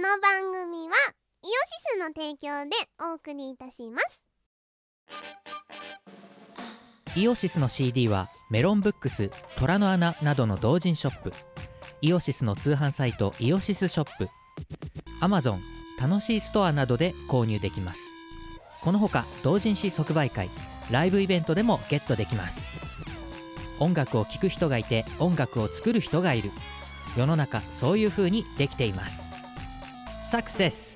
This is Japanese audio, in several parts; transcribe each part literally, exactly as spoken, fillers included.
の番組はイオシスの提供でお送りいたします。 イオシスの シーディー はメロンブックス、虎の穴などの同人ショップ、イオシスの通販サイトイオシスショップ、アマゾン、楽しいストアなどで購入できます。このほか同人誌即売会、ライブイベントでもゲットできます。音楽を聴く人がいて音楽を作る人がいる。世の中そういう風にできています。サクセス。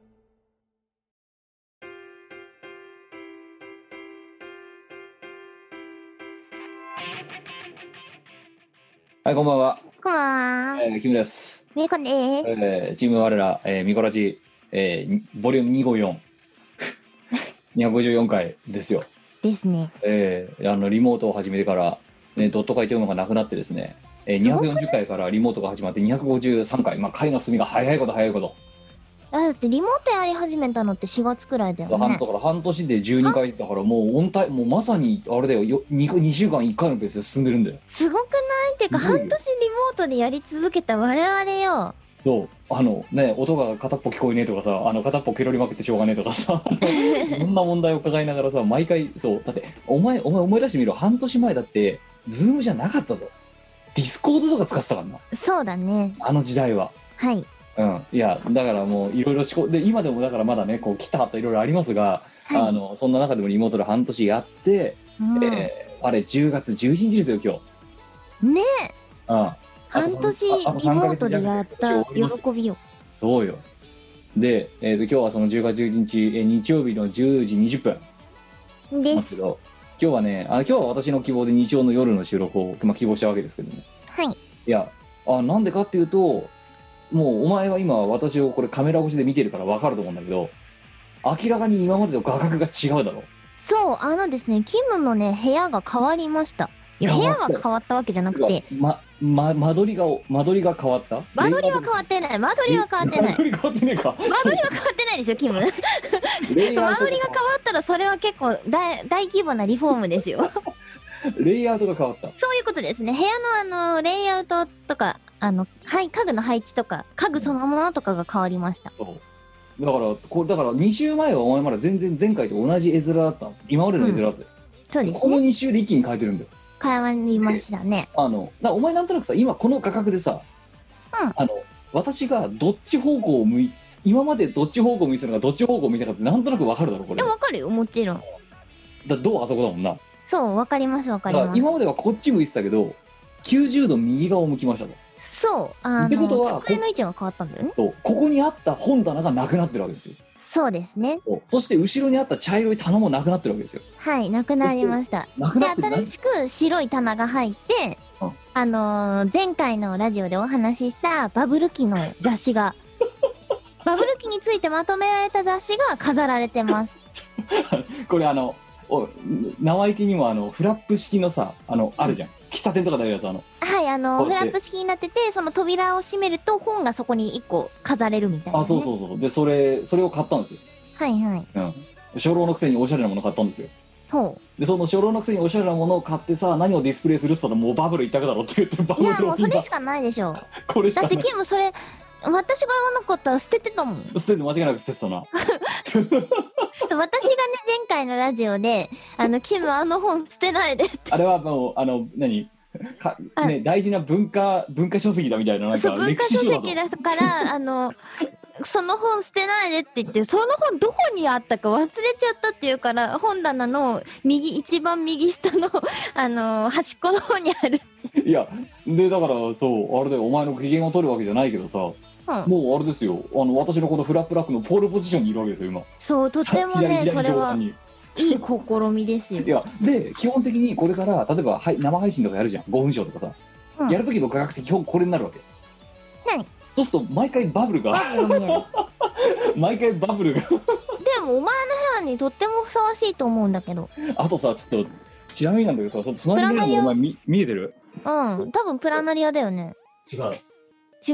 はい、こんばんは。 こんばんは。 えー、キムです。 みーこです。 えー、チーム我ら、えー、ミコラジ、えー、ボリュームにひゃくごじゅうよん。にひゃくごじゅうよんかいですよ。 ですね。 えー、あの、リモートを始めてから、ね、ドット会というのがなくなってですね、えー、にひゃくよんじゅっかいからリモートが始まってにひゃくごじゅうさんかい、まあ、回の進みが早いこと早いこと。 だってリモートやり始めたのってしがつくらいだよね。 だから半年でじゅうにかいだから、もうオンタイもうまさにあれだよ、よ 2, 2週間いっかいのペースで進んでるんだよ。 すごくないっていうか、半年リモートでやり続けた我々よ。 そうあのね、音が片っぽ聞こえねえとかさ、あの片っぽケロりまくってしょうがねえとかさそんな問題を抱えながらさ、毎回そうだってお前お前思い出してみろ、半年前だってズームじゃなかったぞ、ディスコードとか使ってたからな。 そうだね、 あの時代は。 はい、 うん、いやだからもういろいろ思考で、今でもだからまだね、こう切ったはったいろいろありますが、はい、あのそんな中でもリモートで半年やって、うんえー、あれじゅうがつじゅういちにちですよ今日ねえ。うん半年リモートでやった喜びよ。 そうよ。で、えー、と今日はそのじゅうがつじゅういちにち、えー、日曜日のじゅうじにじゅっぷんですけど、今日はね、あの今日は私の希望で日曜の夜の収録を、まあ、希望したわけですけどね。 はい。いやあなんでかっていうと、もうお前は今私をこれカメラ越しで見てるから分かると思うんだけど、明らかに今までと画角が違うだろ。 そう、あのですね、キムのね部屋が変わりました。いや部屋は変わったわけじゃなくて、 ま、ま、間取りが間取りが変わった。 間取りは変わってない。間取りは変わってない。間取り変わってねえか。 間取りは変わってないですよ、キム。間取りが変わったらそれは結構大大規模なリフォームですよ。 レイアウトが変わった。 そういうことですね。部屋のあのレイアウトとか、あのはい家具の配置とか家具そのものとかが変わりました。 そうだからこれだからに週前はお前まだ全然前回と同じ絵面だったの。今までの絵面だった、うん、 そうですね。 このに週で一気に変えてるんだよ。 変わりましたね。 あのだお前なんとなくさ、今この画角でさ、うん、あの私がどっち方向を向い今までどっち方向を向いてたのかどっち方向を向いたかってなんとなく分かるだろこれ。 いや分かるよ、もちろん。 だどうあそこだもんな。 そう分かります分かります。 今まではこっち向いてたけどきゅうじゅうど右側を向きましたと。 そうあの机の位置が変わったんだよね。 そうここにあった本棚がなくなってるわけですよ。 そうですね。 そ, そして後ろにあった茶色い棚もなくなってるわけですよ。 はい、なくなりました。 なくなってで新しく白い棚が入って、うん、あのー、前回のラジオでお話ししたバブル期の雑誌がバブル期についてまとめられた雑誌が飾られてます。 これあのお生意気にもあのフラップ式のさ、あのあるじゃん、うん、喫茶店とかであるやつ、あのはい、あのフラップ式になってて、その扉を閉めると本がそこにいっこ飾れるみたいな、ね、 あそうそうそう。でそれそれを買ったんですよ。 はいはい、 うん、初老のくせにおしゃれなもの買ったんですよ。 ほう。 でその初老のくせにおしゃれなものを買ってさ、何をディスプレイするって言ったらもうバブル一択だろって言ってバブル。 いやもうそれしかないでしょこれしかない。 だってキムそれ私が言わなかったら捨ててたもん。 捨てて間違いなく捨ててたな。 私がね前回のラジオであのキムあの本捨てないでってあれはもうあの何か、ね、大事な文化文化書籍だみたいな、なんか文化書籍だからあのその本捨てないでって言って、その本どこにあったか忘れちゃったっていうから、本棚の右一番右下のあの端っこの方にある。 いやでだからそうあれでお前の機嫌を取るわけじゃないけどさ、うん、もうあれですよ、あの私のこのフラップラックのポールポジションにいるわけですよ今。 そうとてもねそれはいい試みですよ。 いやで基本的にこれから例えば、はい、生配信とかやるじゃん、ごふんショーとかさ、うん、やるときの価格って基本これになるわけ。 何そうすると毎回バブルが毎回バブルがでもお前の部屋にとってもふさわしいと思うんだけど。 あとさちょっとちなみになんだけどさ、隣の部屋のお前 見, 見えてる？ うん多分プラナリアだよね。 違う違う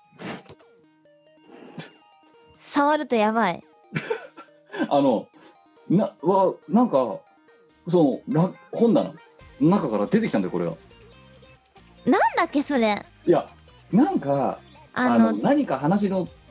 触るとやばいあのなわなんかその本棚の中から出てきたんだよこれが。 なんだっけそれ。 いやなんかあのあの何か話の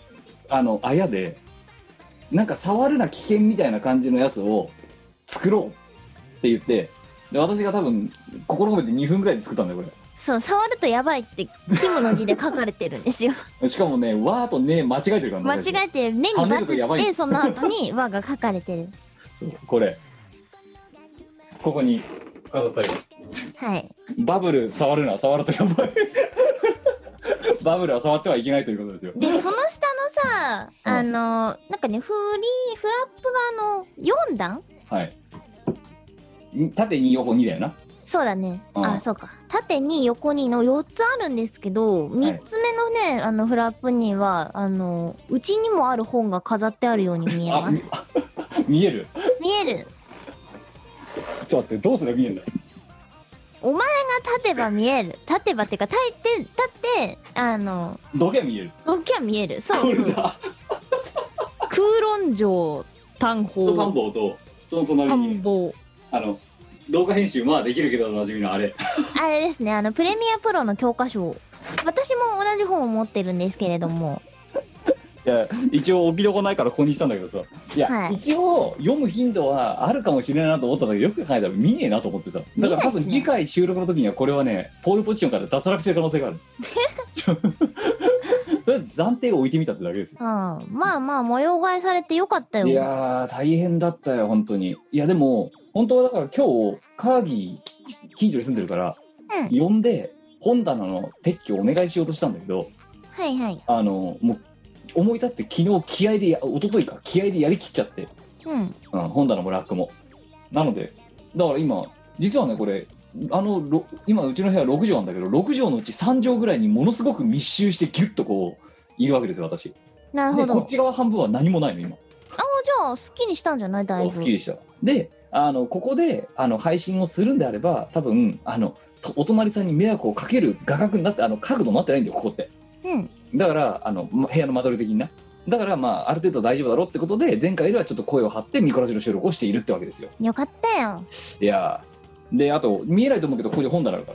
あのあやでなんか触るな危険みたいな感じのやつを作ろうって言って、で私が多分心込めてにふんぐらいで作ったんだよこそう触るとやばいってキムの字で書かれてるんですよ。 れ。しかもねわーとね間違えてるから間違えて目に冷めバツるとやばいしてその後に和が書かれてる。 そうこれここに飾ってあります。 はい。 バブル触るな、触るとやばい。バブルは触ってはいけないということですよ。 でその下のさ、 うんあのなんかねフリーフラップがあのよん段。 はいん縦に横にだよな。 そうだね。 うんあ、そうか。縦に横にのよっつあるんですけど、みっつめのね、あのフラップにはあのうちにもある本が飾ってあるように見えあみます。 見える。 見える。 ちょっと待って、どうすれば見えるんだ。 お前が立てば見える。立てばっていうか立って立ってあのどけは見える。 動きは見える。そこうそう。 れだ。 空論城探田訪んぼとその隣探に訪。 あの動画編集まあできるけどおなじみのあれ。 あれですね。あのプレミアプロの教科書。私も同じ本を持ってるんですけれども。 いや一応置きどこないからここにしたんだけどさ、いや、 はい一応読む頻度はあるかもしれないなと思ったんだけど、よく考えたら見ねえなと思ってさ、だから多分次回収録の時にはこれはねポールポジションから脱落してる可能性がある。ちょとりあえず暫定を置いてみたってだけですよ。 うん、まあまあ模様替えされてよかったよ。 いやー大変だったよ本当に。いやでも本当はだから今日カーギー近所に住んでるから、 うん、 呼んで本棚の撤去をお願いしようとしたんだけど、 はいはい。 あのもう思い立って昨日気合でや一昨日か気合でやりきっちゃって、 うん。 うん、本棚もラックもなので、だから今実はねこれあのろ今うちの部屋ろく畳なんだけどろく畳のうちさん畳ぐらいにものすごく密集してギュッとこういるわけですよ私。 なるほど。 でこっち側半分は何もないの今。 ああ、じゃあすっきりしたんじゃないだいぶ。 すっきりした。であのここであの配信をするんであれば多分あのとお隣さんに迷惑をかける画角になってあの角度になってないんだよここって。 うん。 だからあのま部屋の間取り的にな。だからまあある程度大丈夫だろうってことで前回よりはちょっと声を張ってミコラジの収録をしているってわけですよ。 よかったよ。 いやーであと見えないと思うけどここに本棚あるから。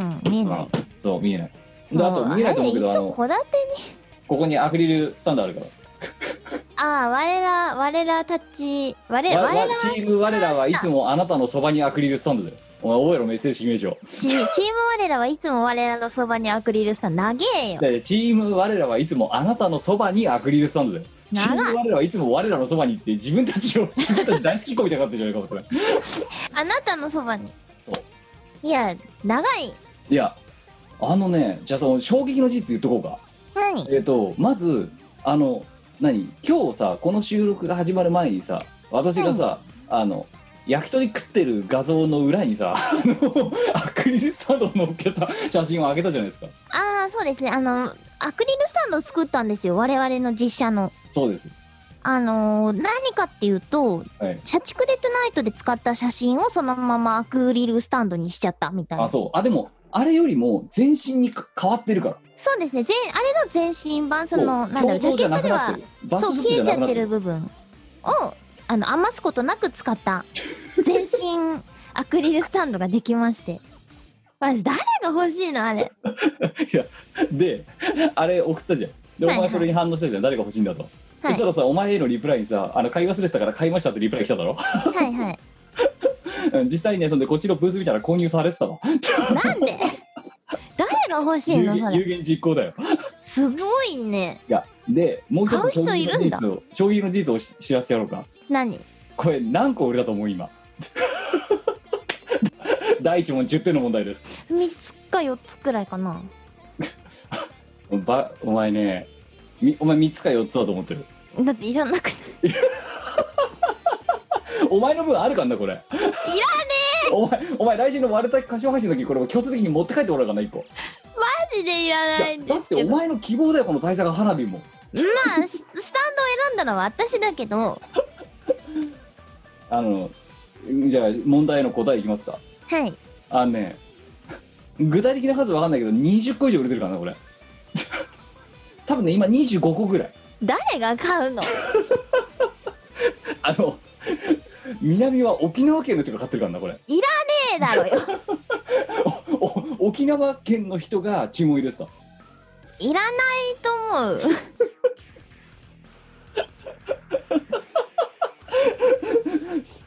うん、見えない。 そう見えない。であと見えないと思うけどあの戸建てに。 ここにアクリルスタンドあるから。 ああ、我ら、我らたち、我ら、 わ我らわチーム我らはいつもあなたのそばにアクリルスタンドだよ。お前覚えろメッセージ名称。 チチーム我らはいつも我らのそばにアクリルスタンド。長えよ。 でチーム我らはいつもあなたのそばにアクリルスタンドだよ。チー長いム我らはいつも我らのそばにって自分たちを自分たち大好きこみたいになってるじゃないかもそれ。 あなたのそばに。 そういや、長い。 いやあのねじゃあその衝撃の事実言っとこうか。 何えっ、とまずあの何今日さこの収録が始まる前にさ私がさ、あの焼き鳥食ってる画像の裏にさあのアクリルスタンドを乗っけた写真を上げたじゃないですか。 ああ、そうですね。あの、アクリルスタンドを作ったんですよ。我々の実写の。 そうです。 あのー、何かっていうと、 はい。 社畜デッドナイトで使った写真をそのままアクリルスタンドにしちゃったみたいな。 あそうあでもあれよりも全身にか変わってるから。 そうですね。全あれの全身版、その、なんだろう、ジャケットでは、そう、 スーツ消えちゃっじゃなくなっててる。 る部分を、あの、余すことなく使った、全身アクリルスタンドができまして。マジ、誰が欲しいのあれ。 いやであれ送ったじゃん。でおはいはい前それに反応したじゃん、誰が欲しいんだと。 はいそしたらさお前へのリプライにさあの買い忘れてたから買いましたってリプライ来ただろ。 はいはい。 うん実際にねそんでこっちのブース見たら購入されてたわ。 なんで誰が欲しい有のそれ。 言有言実行だよ。 すごいね。 いやでもう一つ買う人衝撃いるんだの事実を衝撃の事実をし知らせてやろうか。 何これ何個売れたと思う今。第一問じゅってんの問題です。 ?みっ つかよっつくらいかな。 ばお前ねみお前みっつかよっつだと思ってる。 だっていらなくないお前の分あるかんなこれ。 いらねお前お前来週の割れた歌唱配信の時これを強制的に持って帰ってもらうかな一個。 マジでいらないんだってですけど。まお前の希望だよこの大佐が花火も。 あ、ススタンドを選んだのは私だけど、 あのじゃあ問題の答えいきますか。 はい。 あのね具体的な数わかんないけどにじゅっこ以上売れてるからなこれ。多分ね今にじゅうごこぐらい。 誰が買うのあの南は沖縄県の人が買ってるからなこれ。 いらねえだろよ。 おお沖縄県の人が注文入れてた。 いらないと思う。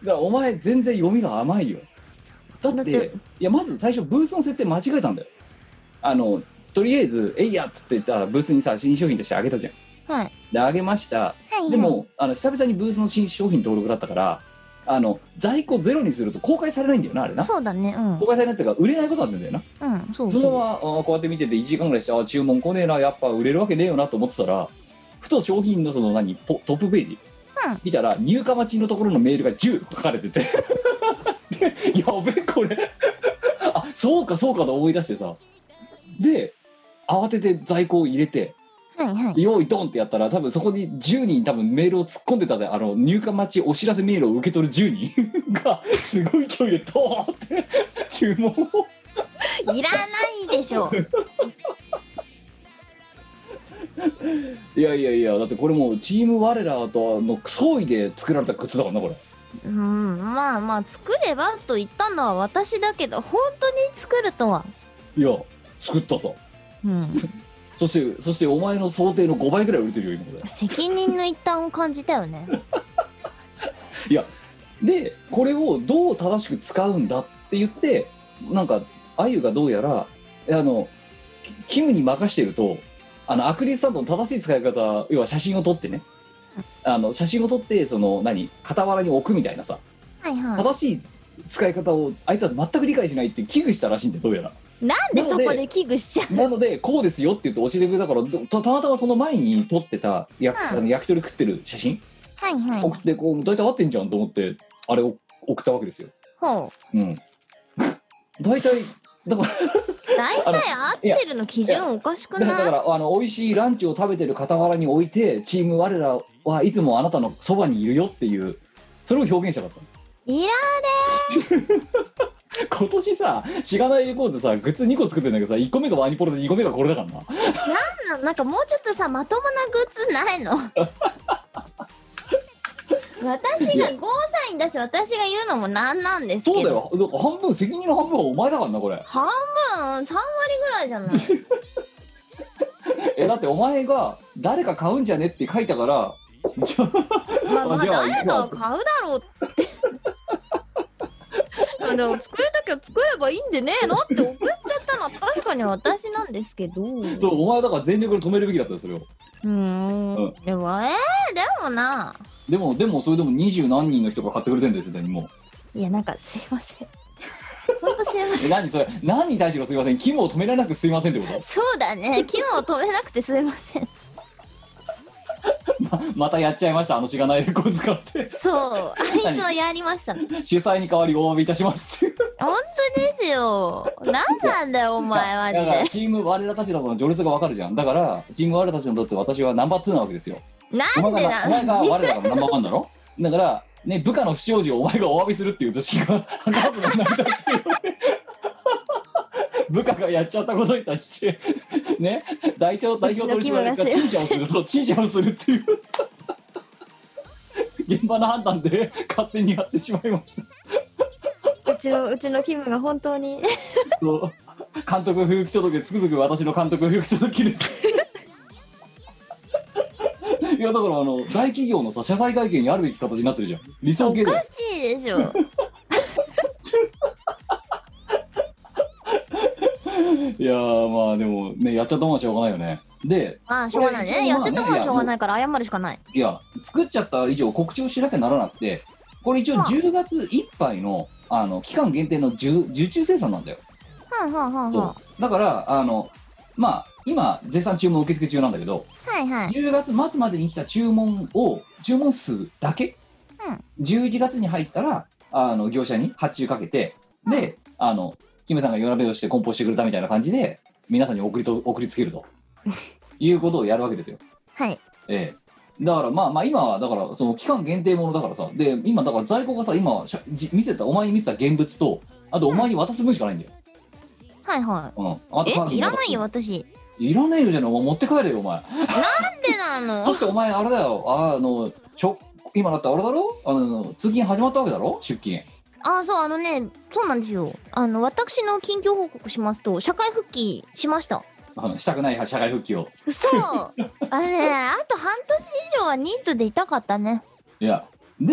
からお前全然読みが甘いよ。だってだっていやまず最初ブースの設定間違えたんだよ。あのとりあえず「えいや」っつって言ったらブースにさ新商品としてあげたじゃん。 はいであげました。 はいでもあの久々にブースの新商品登録だったからあの在庫ゼロにすると公開されないんだよなあれな。 そうだね。うん公開されないっていうか売れないことなんだよな。 うんそうそのそう。 ままあこうやって見てていちじかんぐらいしてあ注文来ねえなやっぱ売れるわけねえよなと思ってたらふと商品のその何ポトップページうん見たら入荷待ちのところのメールがじゅう書かれててでやべこれあそうかそうかと思い出してさで慌てて在庫を入れてはいはい。 用意ドンってやったら多分そこにじゅうにん多分メールを突っ込んでたであの入荷待ちお知らせメールを受け取るじゅうにんがすごい勢いでドーンって注文をいらないでしょ。 いやいやいやだってこれもうチーム我らとの総意で作られた靴だからなこれ。 うんまあまあ作ればと言ったのは私だけど本当に作るとは。 いや作ったさ。 うん。 そしてそしてお前の想定のごばいぐらい売れてるよ今これ。 責任の一端を感じたよね。 いやでこれをどう正しく使うんだって言ってなんかあゆがどうやらあのキキムに任してるとあのアクリルスタンドの正しい使い方要は写真を撮ってねあの写真を撮ってその何傍らに置くみたいなさはいはい。 正しい使い方をあいつは全く理解しないって危惧したらしいんでどうやら。 なんでそこで危惧しちゃう。 なのでこうですよって言って教えてくれたからたたまたまその前に撮ってたや、 うんあの焼き鳥食ってる写真はいはい。 送ってこう大体合ってんじゃんと思ってあれを送ったわけですよ。 ほう。 うん大体だから大体合ってるの基準おかしくだからだかない？ らあの美味しいランチを食べてる傍らに置いてチーム我らはいつもあなたのそばにいるよっていうそれを表現したかったいら今年さしがないレコードさグッズにこ作ってんだけどさいっこめがワニポロでにこめがこれだからな。 なんなんかもうちょっとさまともなグッズないの？私がゴーサイン出して私が言うのもなんなんですけど。 そうだよだから半分責任の半分はお前だからなこれ。 半分さん割ぐらいじゃない？ えだってお前が誰か買うんじゃねって書いたからじゃあまあまあじゃあ誰かは買うだろうってでも作るときは作ればいいんでねえのって送っちゃったのは確かに私なんですけどうそうお前だから全力で止めるべきだったよそれを。 ーんうんでもえー、でもなでもでもそれでも二十何人の人が買ってくれてるんですよねもいやなんかすいませんほんとすいまう。 せんえ何それ何に対してのすいませんキムを止められなくてすいませんってことそうだねキムを止めなくてすいませんままたやっちゃいましたあのしがないレコード使ってそうあいつはやりましたね主催に代わりお詫びいたしますって本当ですよ何なんだよお前マジだからでチーム我らたちだとの序列がわかるじゃん。だからチーム我らたちにとって私はナンバーツーなわけですよ。 なんでなお前がお前が我らがナンバーワンだろ。だからね部下の不祥事をお前がお詫びするっていう図式が話すのになりたいっていう部下がやっちゃったことに対してね代表代表取締役が陳謝をするそう陳謝をするっていう現場の判断で勝手にやってしまいました。 うちのうちのキムが本当にそう監督不行き届けつくづく私の監督不行き届きですいやだからあの大企業のさ謝罪会見にあるべき形になってるじゃん理想お系でかしいでしょいやーまあでもねやっちゃったもんはしょうがないよね。でまあしょうがないねやっちゃったもんはしょうがないから謝るしかないいや作っちゃった以上告知をしなきゃならなくてこれ一応はあじゅうがついっぱいのあの期間限定の受受注生産なんだよ。 はんはんはんそはうだからあのまあ今絶賛注文受付中なんだけどはいはいじゅうがつ末までに来た注文を注文数だけ、 うん、 じゅういちがつに入ったらあの業者に発注かけて、うん、であのキムさんが夜なべをして梱包してくれたみたいな感じで皆さんに送りと送りつけるということをやるわけですよ。 はいええ、だからまあまあ今はだからその期間限定ものだからさで今だから在庫がさ今しゃじ見せたお前に見せた現物とあとお前に渡す分しかないんだよ。 はいはうん、あとカードいえいらないよ渡す私いらねえよじゃんお前持って帰れよお前。 なんでなのそしてお前あれだよああのちょ今だってあれだろあの通勤始まったわけだろ出勤。 あそうあのねそうなんですよあの私の近況報告しますと社会復帰しましたあのしたくない社会復帰を。 そうあれねあと半年以上はニートでいたかったねいやで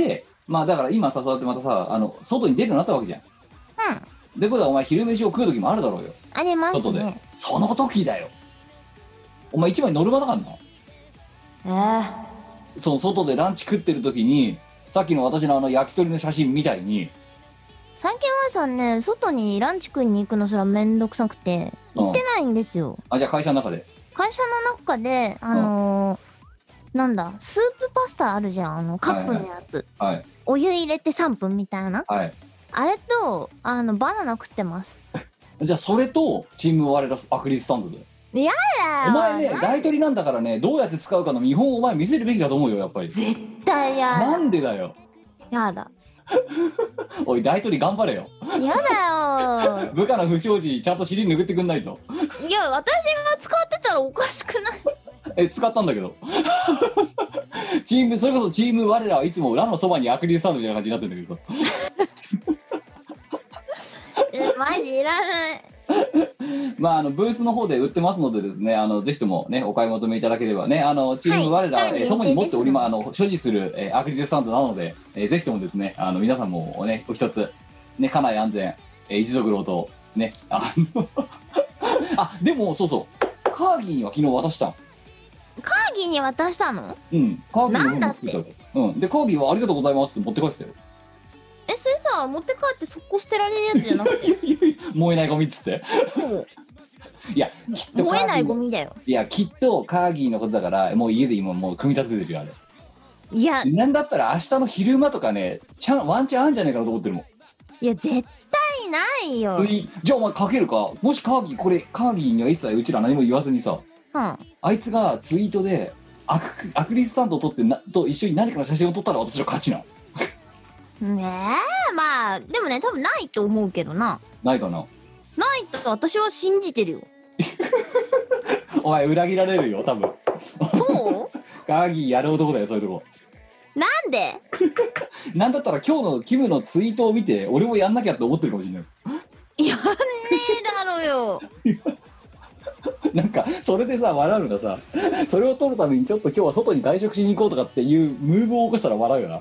まあだから今さそうやってまたさあの外に出るようになったわけじゃん。 うん。 でことはお前昼飯を食う時もあるだろうよ。 あります外でね。 その時だよ。お前一枚ノルマだからな。 ええその外でランチ食ってる時にさっきの私のあの焼き鳥の写真みたいに最近はさんね、外にランチ食いに行くのすらめんどくさくて、行ってないんですよ。 あじゃあ会社の中で会社の中で、あのー、なんだ、スープパスタあるじゃん、あの、カップのやつ。 はいお湯入れてさんぷんみたいな。 はい。 あれと、あの、バナナ食ってます。 じゃあそれとチーム我らアクリルスタンドでやだよ。 お前ね大取りなんだからねどうやって使うかの見本をお前見せるべきだと思うよやっぱり。 絶対やだ。 なんでだよ。 やだ。 おい大取り頑張れよ。 やだよ。 部下の不祥事ちゃんと尻拭ってくんないと。 いや、私が使ってたらおかしくない？ え使ったんだけどチームそれこそチーム我らはいつも裏のそばにアクリルスタンドみたいな感じになってるんだけどえ、マジいらない。 まああのブースの方で売ってますのでですねあのぜひともねお買い求めいただければねあのチーム我ら、 はいえー共に持っておりまあの所持する、えーアクリルスタンドなので、えーぜひともですねあの皆さんもねお一つね家内安全、えー一族郎とねあのあでもそうそうカーギーには昨日渡したの。 カーギーに渡したの？ うんカーギーのなんだって分も作ったわけうんでカーギーはありがとうございますって持って帰ってたよ。 え、それさ、持って帰って速攻捨てられるやつじゃなくて。 燃えないゴミっつってそう。 いやきっと燃えないカーギーのゴミだよ。 いやきっとカーギーのことだからもう家で今もう組み立ててるよあれ。 いや、 なんだったら明日の昼間とかねちゃんワンチャンあんじゃねえかなと思ってるもん。 いや、絶対ないよ。 ついじゃあお前かけるかもしカーギーこれカーギーには一切うちら何も言わずにさうん。 あいつがツイートでアクアクリルスタンドを撮ってなと一緒に何かの写真を撮ったら私の勝ちな。 ねえ、まあ、でもね、多分ないと思うけどな。 ないかな。 ないと私は信じてるよ。 お前裏切られるよ多分。 そカーギーやる男だよそういうとこ。 う？なんで？ なんだったら今日のキムのツイートを見て俺もやんなきゃって思ってるかもしれない。 やんねえだろよ。 なんかそれでさ笑うのがさそれを取るためにちょっと今日は外に外食しに行こうとかっていうムーブを起こしたら笑うよな。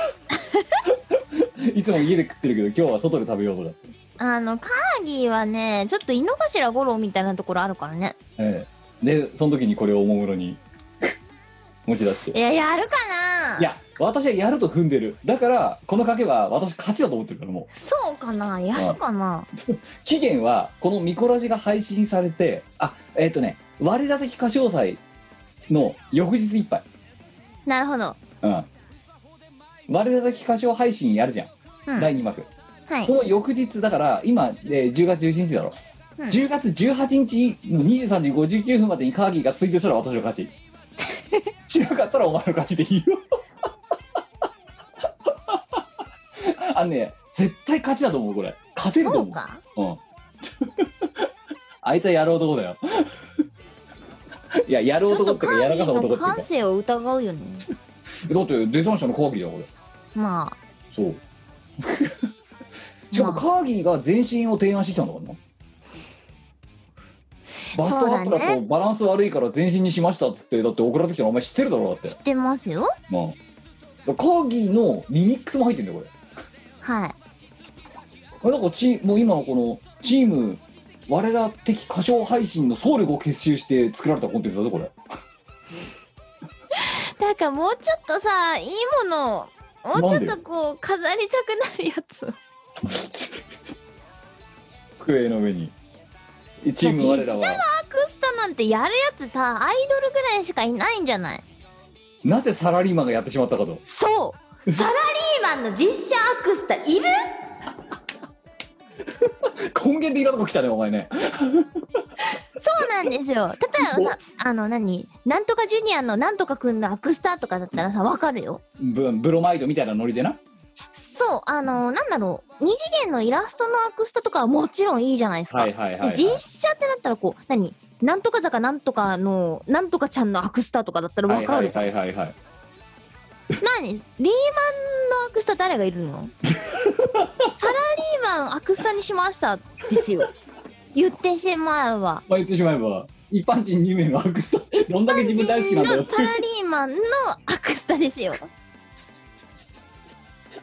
いつも家で食ってるけど今日は外で食べようとか。 あの、カーギーはね、ちょっと井の頭五郎みたいなところあるからね。 ええ、でその時にこれをおもむろに持ち出していや、やるかないや私はやると踏んでる。だからこの賭けは私勝ちだと思ってるからもうそうかな、やるかな。 期限はこのミコラジが配信されてあえっ、とね我ら的歌唱祭の翌日いっぱい。 なるほど。 うん我ら的歌唱配信やるじゃん、 うん。 だいにまくはいそ。の翌日だから今、えーじゅうがつじゅういちにちだろ、 うんじゅうがつじゅうはちにちのにじゅうさんじごじゅうきゅうふんまでにカーギーがツイートしたら私の勝ち。しなかったらお前の勝ちでいいよ。あのね絶対勝ちだと思うこれ。勝てると思う。 そうか。 うんあいつはやる男だよ。いややるちょっとカ男っていうかやらーギーのかさ男っていうか感性を疑うよね。 だってデザイン者のカーギーだよこれ。 まあ。 そうしかもカーギーが全身を提案してきたんだからな。バストアップだとバランス悪いから全身にしましたっつってだって送られてきたのお前知ってるだろうだって知。ってますよ。 まあカーギーのリミックスも入ってんだよこれ。 はい。 これなんかチもう今のこのチーム我ら的歌唱配信の総力を結集して作られたコンテンツだぞこれ。 なんかもうちょっとさ、いいものをもうちょっとこう飾りたくなるやつ。 机の上にチーム我ら実写のはアクスタなんてやるやつさ、アイドルぐらいしかいないんじゃない？ なぜサラリーマンがやってしまったかと。 そうサラリーマンの実写アクスタいる？ 根源的なとこ来たねお前ね。 そうなんですよ。例えばさ、あの何なんとかジュニアのなんとかくんのアクスタとかだったらさ、わかるよ。 ブブロマイドみたいなノリでな。 そう、あのなんだろう、二次元のイラストのアクスタとかはもちろんいいじゃないですか。 はいはいはい、はい、 で実写ってなったらこう何なんとか坂なんとかのなんとかちゃんのアクスタとかだったらわかるさ。 はいはいはいはい、はい、 何リーマンのアクスタ誰がいるの？サラリーマンアクスタにしましたですよ。言ってしまえば。 まあ言ってしまえば一般人に名のアクスタどんだけ自分大好きなんだよって。 サラリーマンのアクスタですよ。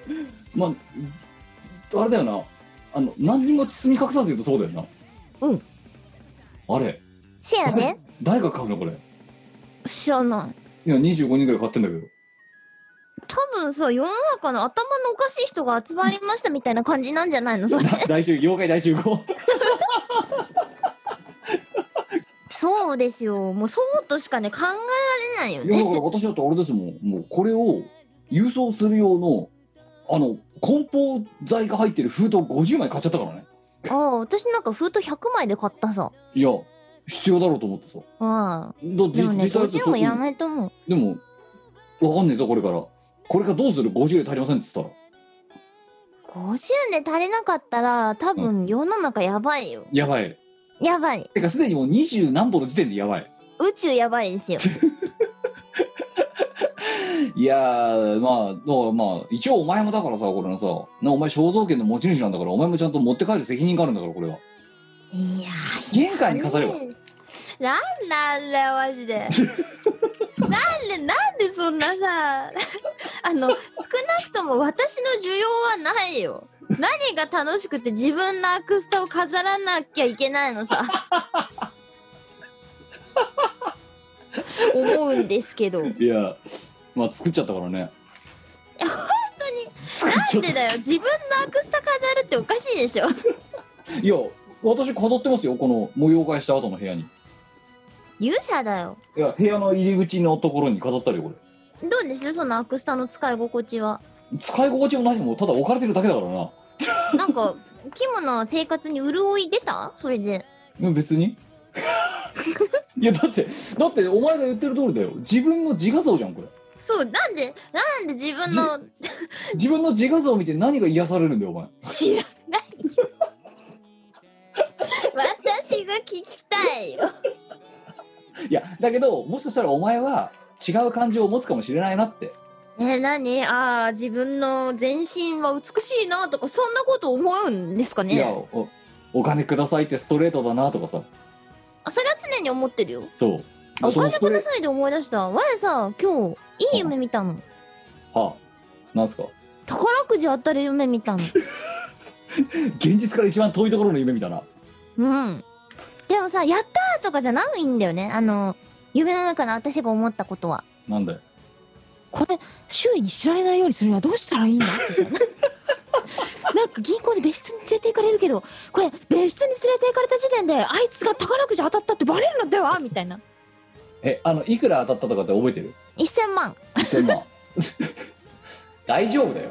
まああれだよな、あの何にも包み隠さず言うとそうだよな。 うんあれせやで誰が買うのこれ。 知らないいやにじゅうごにんぐらい買ってんだけど。 多分さ世の中の頭のおかしい人が集まりましたみたいな感じなんじゃないのそれ大集妖怪大集合そうですよもうそうとしかね考えられないよいやだかねら私だってあれですもん、もうこれを郵送する用のあの梱包材が入ってる封筒ごじゅうまい買っちゃったからね。 ああ私なんか封筒ひゃくまいで買ったさいや必要だろうと思ってさ。 ああだでもね実際ごじゅうもいらないと思うでもわかんねえぞこれから。これからどうするごじゅうで足りませんって言ったら。 ごじゅうで足りなかったら多分世の中やばいよ、 やばい。 やばいてかすでにもうにじゅう何歩の時点でやばい。 宇宙やばいですよいやーまあだからまあ一応お前もだからさこれのさなお前肖像権の持ち主なんだからお前もちゃんと持って帰る責任があるんだからこれは。 いや玄関に飾れば。 なんなんだよマジでなんでなんでそんなさあの少なくとも私の需要はないよ。何が楽しくて自分のアクスタを飾らなきゃいけないのさ思うんですけど。 いやまあ作っちゃったからね。 いや本当に作っちゃっなんでだよ自分のアクスタ飾るっておかしいでしょた。いや私飾ってますよこの模様替えした後の部屋に。 勇者だよ。 いや部屋の入り口のところに飾ったりよこれ。 どうですそのアクスタの使い心地は。 使い心地も何もただ置かれてるだけだからな。 なんかキムの生活に潤い出たそれで。 いや別にいやだってだってお前が言ってる通りだよ。自分の自画像じゃんこれ。 そうなんでなんで自分の自分の自画像を見て何が癒されるんだよお前。 知らないよ私が聞きたいよ。 いやだけどもしかしたらお前は違う感情を持つかもしれないなって。 え何ああ自分の全身は美しいなとかそんなこと思うんですかいやね。 おお金くださいってストレートだなとかさ。 あそれは常に思ってるよ。 そうあお金くだい。 さいで思い出した。我さ今日いい夢見たの。 はあなんすか。 宝くじ当たる夢見たの現実から一番遠いところの夢みたいな。 うんでもさやったーとかじゃないんだよね。あの夢の中の私が思ったことはなんだよ。 これ周囲に知られないようにするにはどうしたらいいんだみたいななんか銀行で別室に連れて行かれるけどこれ別室に連れて行かれた時点であいつが宝くじ当たったってバレるのではみたいな。 えあのいくら当たったとかって覚えてる。 せんまんせんまん大丈夫だよ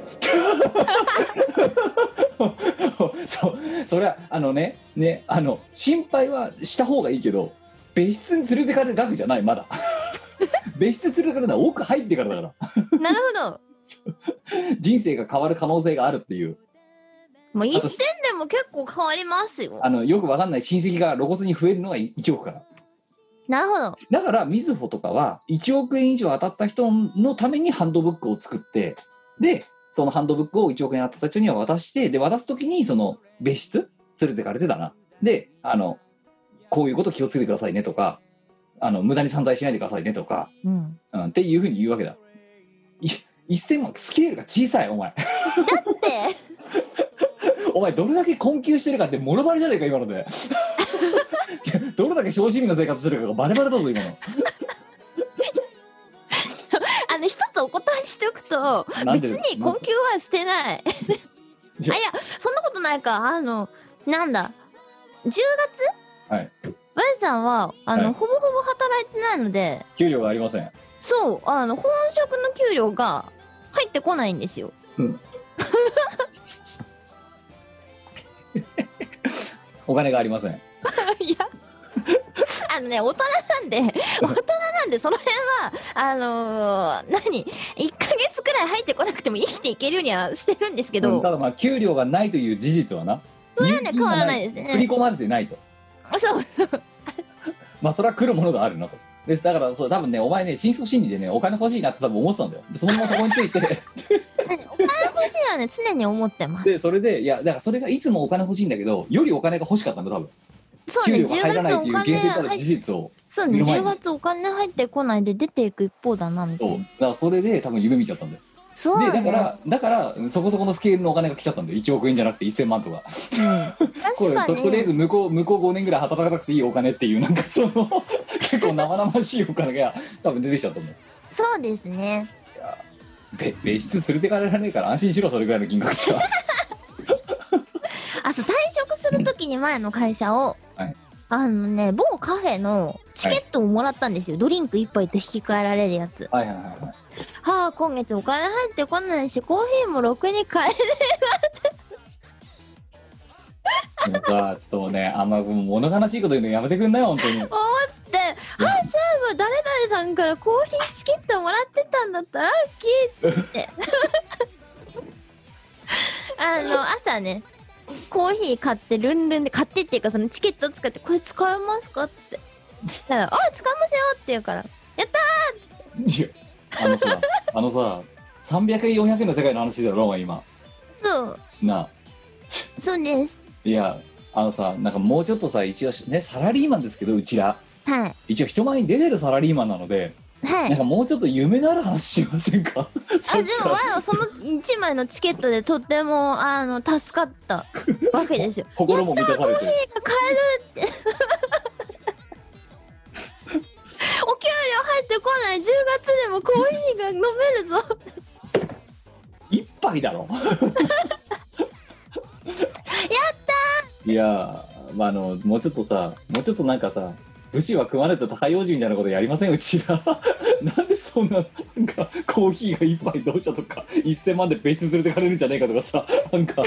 そそりゃあのねねあの心配はした方がいいけど別室に連れてかれる額じゃないまだ別室連れてかれるのは奥入ってからだからなるほど人生が変わる可能性があるっていう。 もう一瞬でも結構変わりますよ。 あのよくわかんない親戚が露骨に増えるのがいちおくから。 なるほど。 だからみずほとかはいちおくえん以上当たった人のためにハンドブックを作って、でそのハンドブックをいちおくえん当たった人には渡して、で渡す時にその別室連れてかれてだな、であのこういうこと気をつけてくださいねとか、あの無駄に散財しないでくださいねとか、 うんうん、っていうふうに言うわけだ。いせんまんスケールが小さいお前だってお前どれだけ困窮してるかってモノバレじゃねえか今のでどれだけ小市民の生活してるかがバレバレだぞ今のあの一つお答えしておくと別に困窮はしてないあいやそんなことないか。あのなんだじゅうがつはいワイさんはあの、 はい、 ほぼほぼ働いてないので給料がありません。 そうあの本職の給料が入ってこないんですよ、うん、 お金がありませんいやあのね大人なんで大人なんでその辺はあのー、何いっかげつくらい入ってこなくても生きていけるようにはしてるんですけど、 うん、ただまあ給料がないという事実はなそれはね変わらないですね。 振り込まれてないとそうまあそれは来るものがあるなと。ですだからそう多分ねお前ね深層心理でねお金欲しいなって多分思ってたんだよ。でそのままそこについてお金欲しいはね常に思ってます。 でそれでいやだからそれがいつもお金欲しいんだけどよりお金が欲しかったんだ多分。 そうね給料が入らないという限定たる事実をそうねじゅうがつお金入ってこないで出ていく一方だなみたいな。 そうだからそれで多分夢見ちゃったんだよ。 そうでね。 だからだからそこそこのスケールのお金が来ちゃったんだよ。いちおくえんじゃなくてせんまんとか。これ確かととりあえずに。 向こう向こうごねんぐらい働かなくていいお金っていうなんかその結構生々しいお金が多分出てきちゃったもん。 そうですね。 べ別室連れてかれられないから安心しろ、それぐらいの金額じゃ。 あ、そう、退職するときに前の会社を、 はいあのね、某カフェのチケットをもらったんですよ。ドリンク一杯と引き換えられるやつ。 はいはいはいはい。 はあ、今月お金入ってこないし、コーヒーもろくに買える。 もうさちょっともうね、あんまもう物悲しいこと言うのやめてくんない本当に。 思って、はい、そういえば誰々さんからコーヒーチケットもらってたんだったら、ラッキーって。あの、朝ね、コーヒー買ってルンルンで買ってっていうかそのチケットを使ってこれ使えますかってだからあ使えますよって言うからやったいやあのさあのささんびゃくえんよんひゃくえんの世界の話だろお前今ーそうなあ。 そうですいやあのさなんかもうちょっとさ一応ねサラリーマンですけどうちらはい一応人前に出てるサラリーマンなのではいなんかもうちょっと夢のある話しませんか。さあっきからでも前はそのいちまいのチケットでとってもあの助かったわけですよ心も満たされてる。 買えるってお給料入ってこないじゅうがつでもコーヒーが飲めるぞ一杯だろ。やったいやー、まあ、あのもうちょっとさもうちょっとなんかさ武士は組まれた高用心みたいなことやりませんうちら。なんでそんななんかコーヒーが一杯どうしたとかせんまんで別室連れてかれるんじゃねえかとかさなんかい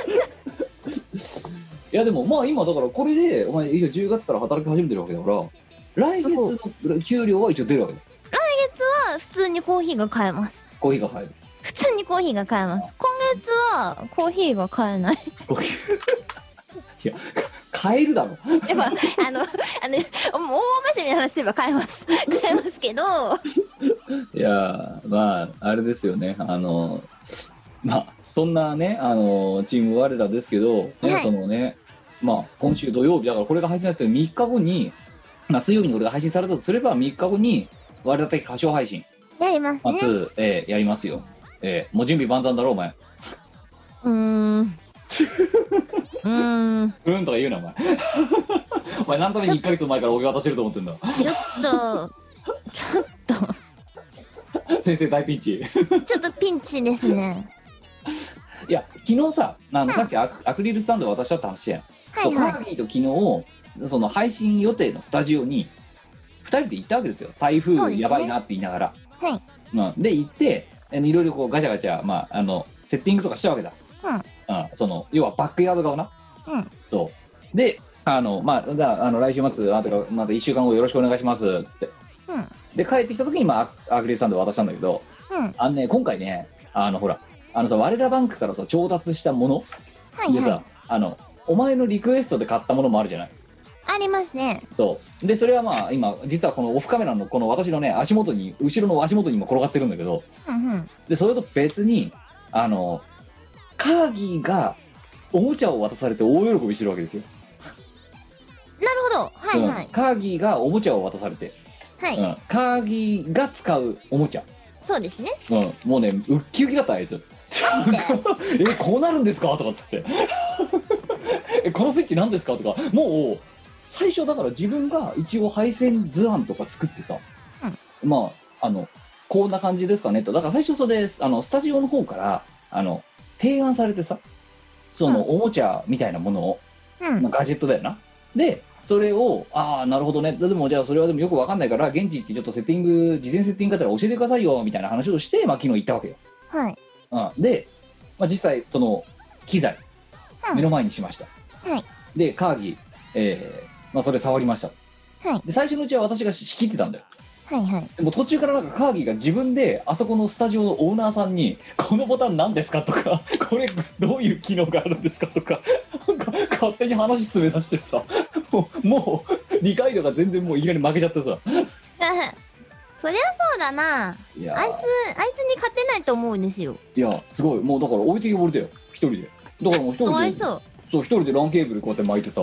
やでもまあ今だからこれでお前一応じゅうがつから働き始めてるわけだから来月の給料は一応出るわけだ。 来月は普通にコーヒーが買えますコーヒーが入る。 普通にコーヒーが買えます今月はコーヒーが買えないコーヒーいや買えるだろ。 やっぱあのあの大真面目な話すれば買えます買えますけどいやまああれですよねあのまあそんなねあのチーム我らですけど、ねはいそのねまあ今週土曜日だからこれが配信されてるみっかごに、まあ、水曜日にこれが配信されたとすればみっかごに我ら的歌唱配信、 やりますまあ、 ねに、えーやりますよ、えーもう準備万端だろお前。 うーんうーんうんとか言うなお前。お前何のためにいっかげつ前からお湯渡してると思ってんだ。 ちょっとちょっと先生大ピンチ。 ちょっとピンチですねいや昨日さあのさっきアクアクリルスタンド渡したって話やん。そうはいはいカーギーと昨日その配信予定のスタジオにふたりで行ったわけですよ。台そうですね風やばいなって言いながら。 はいうん、で行ってあのいろいろこうガチャガチャ、まあ、あのセッティングとかしたわけだ。うん、その要はバックヤード側な。 うんそうであのまあだあの来週末あとかまたいっしゅうかんごよろしくお願いしますっつってうんで帰ってきた時に、まあ、アアクリルスタンド渡したんだけどうんあのね今回ねあのほらあのさ我らバンクからさ調達したものでさ、 はいはいあのお前のリクエストで買ったものもあるじゃない。 ありますねそうでそれはまあ今実はこのオフカメラのこの私のね足元に後ろの足元にも転がってるんだけどうんうんでそれと別にあのカーギーがおもちゃを渡されて大喜びしてるわけですよ。 なるほどはいはいうんカーギーがおもちゃを渡されて、 はい、 うん、カーギーが使うおもちゃ、 そうですねうん、もうねウッキウキだったあいつ。えこうなるんですかとかっつってえこのスイッチ何ですかとかもう最初だから自分が一応配線図案とか作ってさ、うん、まああのこんな感じですかねとだから最初それあのスタジオの方からあの提案されてさそのおもちゃみたいなものを、 うんまあ、ガジェットだよな。でそれをああなるほどねでもじゃあそれはでもよくわかんないから現地行ってちょっとセッティング事前セッティング方ら教えてくださいよみたいな話をして、まあ、昨日行ったわけよ。 はいうん、で、まあ、実際その機材うん目の前にしました、 はいでカーギー、えーまあ、それ触りました。 はいで最初のうちは私が仕切ってたんだよ。 はいはいでも途中からなんかカーギーが自分であそこのスタジオのオーナーさんに「このボタン何ですか?」とか「これどういう機能があるんですか?」とかなんか勝手に話進め出してさもうもう理解度が全然もういきなり負けちゃってさそりゃそうだないやあいつあいつに勝てないと思うんですよいやすごいもうだから置いてきぼりだよ一人でだからもう一かわ人でいそうそう一人でランケーブルこうやって巻いてさ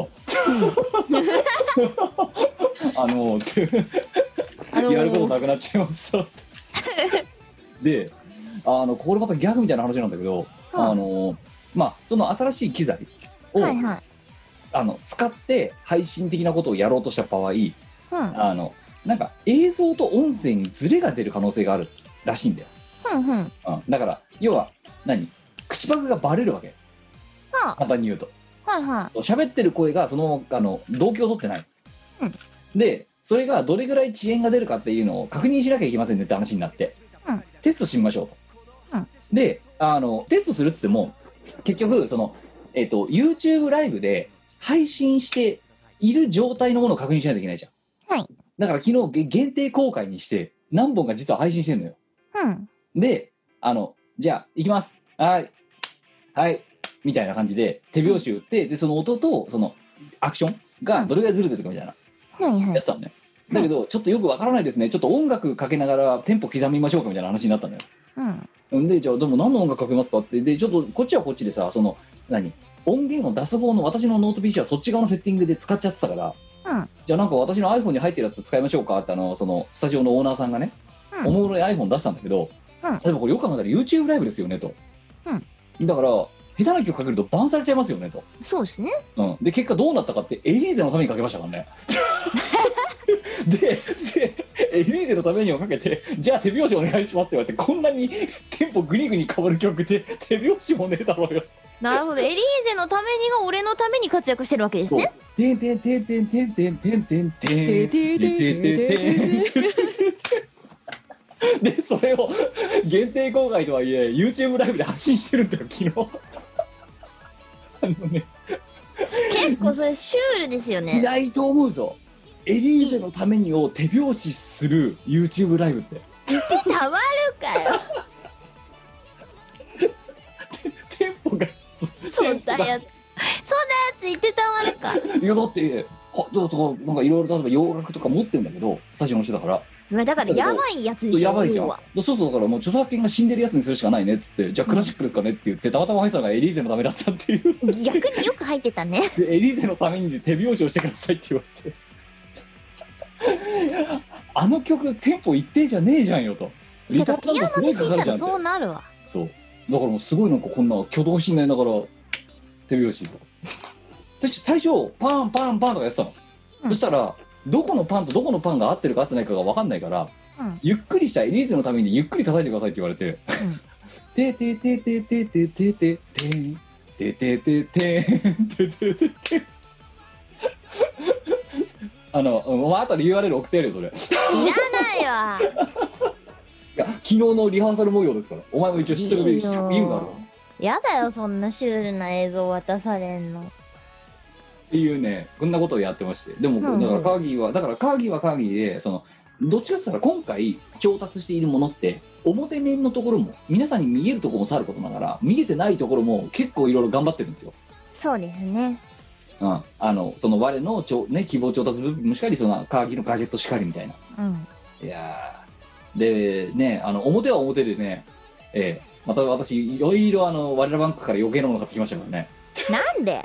あのってあのーやることなくなっちゃいましたってであのこれまたギャグみたいな話なんだけど、 うんあのまあその新しい機材を、 はいはい。 あの使って配信的なことをやろうとした場合、 うん。 あのなんか映像と音声にズレが出る可能性があるらしいんだよ、 うんうん。 うん、だから要は何口パクがバレるわけ、 は簡単に言うとあ、はいは喋ってる声がそのあの同居を取ってない、 うんでそれがどれぐらい遅延が出るかっていうのを確認しなきゃいけませんねって話になって、 うんテストしてみましょうと、 うんであのテストするっつっても結局その、えっと YouTube ライブで配信している状態のものを確認しないといけないじゃん。 はい。 だから昨日げ限定公開にして何本か実は配信してるのよ。 い。うん。 であのじゃあ行きますはいはいみたいな感じで手拍子打って、でその音とそのアクションがどれぐらいずれてるかみたいなはいはいやつ。だね、だけどちょっとよくわからないですね、ちょっと音楽かけながらテンポ刻みましょうかみたいな話になったのよ。 うん。 でじゃあでも何の音楽かけますかって、でちょっとこっちはこっちでさ、その何音源を出す方の私のノート ピーシー はそっち側のセッティングで使っちゃってたから、 うん。 じゃあなんか私の iPhone に入ってるやつ使いましょうかってあのそのスタジオのオーナーさんがね、 うんおもむろに iPhone 出したんだけど、 うん例えばこれよく考えたら YouTube ライブですよねと、 うんだから下手な曲かけるとバンされちゃいますよねと、 そうですね。 うん、で結果どうなったかってエリーゼのためにかけましたからねででエリーゼのためにをかけて、じゃあ手拍子お願いしますって言われて、こんなにテンポグニグニ変わる曲で手拍子もねえだろうよ。 なるほど。エリーゼのためにが俺のために活躍してるわけですね。 てんてんてんてんてんてんてんてんてんてんてんてんでそれを限定公開とはいえ YouTube ライブで発信してるんだよ昨日あのね、 結構それシュールですよいね。 ないと思うぞエリーゼのためにを手拍子する YouTube ライブって。 言ってたまるかよ。 テンポがそんなやつ。そんなやつ言ってたまるか。 いやだってはだからなんかいろいろ例えば洋楽とか持ってんだけどスタジオの人だからまあだからやばいやつでしょ。 やばいじゃん。 要はそうそうだからもう著作権が死んでるやつにするしかないねっつって、じゃあクラシックですかねって言ってたまたま入ったのがエリーゼのためだったっていう逆によく入ってたね。 でエリーゼのために手拍子をしてくださいって言われてあの曲テンポ一定じゃねえじゃんよと、リターンがすごいかかるじゃんって。 そうなるわ。 そうだからもうすごいなんかこんな挙動不審なりながら手拍子私最初パンパンパンとかやってたの、 うんそしたらどこのパンとどこのパンが合ってるか合ってないかが分かんないから、 うんゆっくりしたエリーゼのためにゆっくり叩いてくださいって言われてうん 「てててててててててんててててんててててん」あのお前あとで ユーアールエル 送ってやるよそれ。 いらないわ。 いや昨日のリハーサル模様ですから、お前も一応知ってるいいよ意味があるわやだよ、そんなシュールな映像渡されんの。 っていうね、こんなことをやってまして、でも、 うんだからカーギーはだからカーギーはカーギーでそのどっちかって言ったら今回調達しているものって表面のところも皆さんに見えるところもさることながら見えてないところも結構いろいろ頑張ってるんですよ。 そうですね。 うん、あのその我のちょ、ね、希望調達部分もしかりそのカーギーのガジェットしかりみたいな。 うん。 いやーでね、あの表は表でね、えーまた私いろいろあの我らバンクから余計なもの買ってきましたからね。 なんで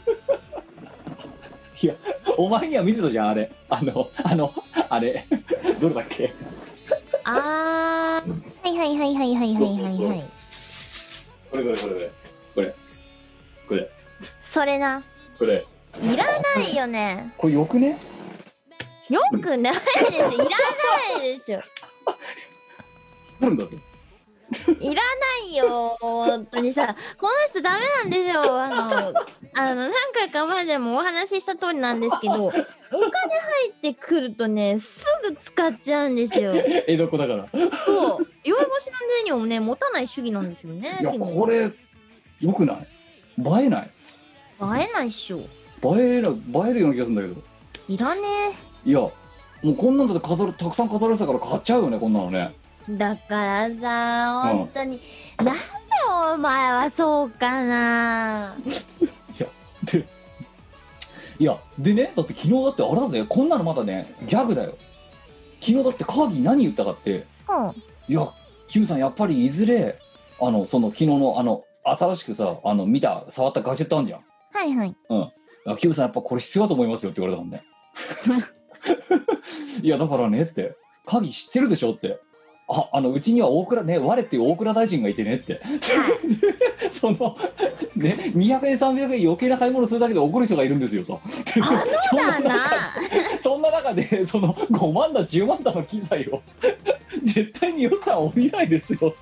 いやお前には見せたじゃんあれ、あのあのあれどれだっけ。 あー。はいはいはいはいはいはいはいはい。 これこれこれこれこれこれそれな。 これいらないよね。 これよくね。 よくないでしょ。いらないでしょ。 あるんだっていらないよ。本当にさ、この人ダメなんですよ。あの、あの、何回か前でもお話しした通りなんですけど、お金入ってくるとね、すぐ使っちゃうんですよ。 江戸っ子だから。 そう。酔い越しの銭をね、持たない主義なんですよね。 いや君これよくない？映えない？ 映えないっしょ。 映えな映えるような気がするんだけど。 いらねいやもうこんなんだって飾るたくさん飾られてたから買っちゃうよねこんなのね。 え。だからさ、本当に、なんでお前はそうかな。 いやでいやでね、だって昨日だってあれだぜ、こんなのまだねギャグだよ。昨日だってカーギー何言ったかって、 うん。 いやキムさんやっぱりいずれあのその昨日のあの新しくさあの見た触ったガジェットあんじゃん。 はいはい。 うん。キムさんやっぱこれ必要だと思いますよって言われたもんね。いやだからねってカーギー知ってるでしょって。 ああのうちには大倉ね我っていう大倉大臣がいてねってそのねにひゃくえんさんびゃくえん余計な買い物するだけで怒る人がいるんですよと。 あのだなそんな中でそのごまんだじゅうまんだの機材を絶対に予算降りないですよ。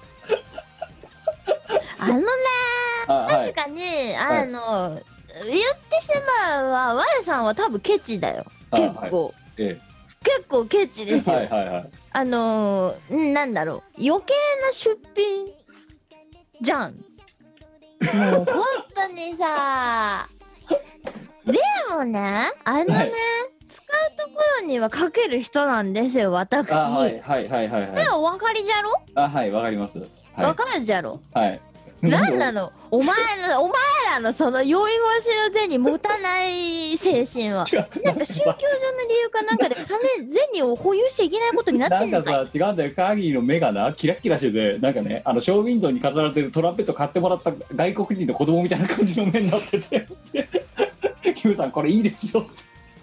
あのねあ、はい、 確かにあの、言ってしまうは我さんは多分ケチだよ結構、 はい、ええ、 結構ケチですよ。 はいはいはい。 あのー、なんだろう余計な出費じゃん。もう本当にさでもねあのね、はい、使うところにはかける人なんですよ私。 あ、はいはいはいはい、はい、 じゃあお分かりじゃろ。 あ、はいわかります、はい、 分かるじゃろ。 はい。 なんなのお前のお前らのその酔い越しの銭持たない精神はなんか宗教上の理由かなんかで金銭を保有しちゃいけないことになってんのかい。 なんかさ違うんだよ、カーギーの目がなキラッキラしててなんかねあのショーウィンドウに飾られてるトランペット買ってもらった外国人の子供みたいな感じの目になっててキムさんこれいいですよ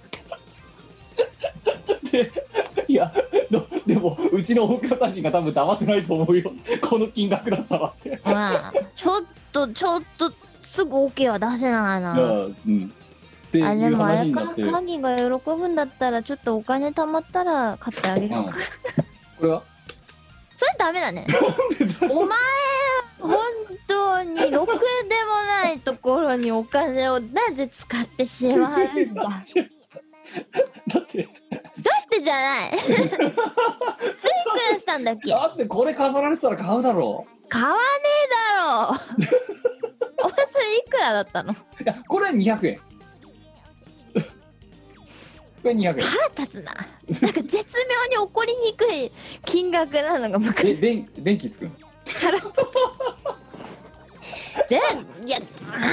ってでいやでもうちの大倉大臣が多分黙ってないと思うよこの金額だったらってまあちょっとちょっとすぐ OK は出せないな。 うんっていう話になって。あでもあれかカーギーが喜ぶんだったらちょっとお金貯まったら買ってあげるか、うん、これはそれダメだねお前本当にろくでもないところにお金をなぜ使ってしまうんだだってだってじゃないそれいくらしたんだっけ。 だってこれ飾られてたら買うだろう。 買わねえだろお前それいくらだったの。いやこれはにひゃくえんこれにひゃくえん。 腹立つな。なんか絶妙に怒りにくい金額なのが向かえ電電気つくのでいや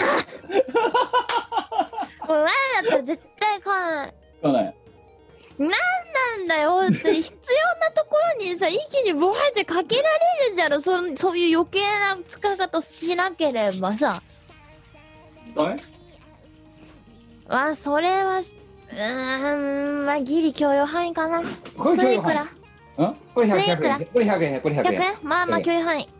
もう前だったら絶対買わない。 買わない。 なんなんだよって必要なところにさ一気にボワってかけられるじゃろ。そそういう余計な使い方をしなければさダメ。 まあそれはうーんまあギリ許容範囲かな。 これ許容範囲。んこれひゃくえんこれひゃくえんこれひゃくえんひゃくえんまあまあ許容範囲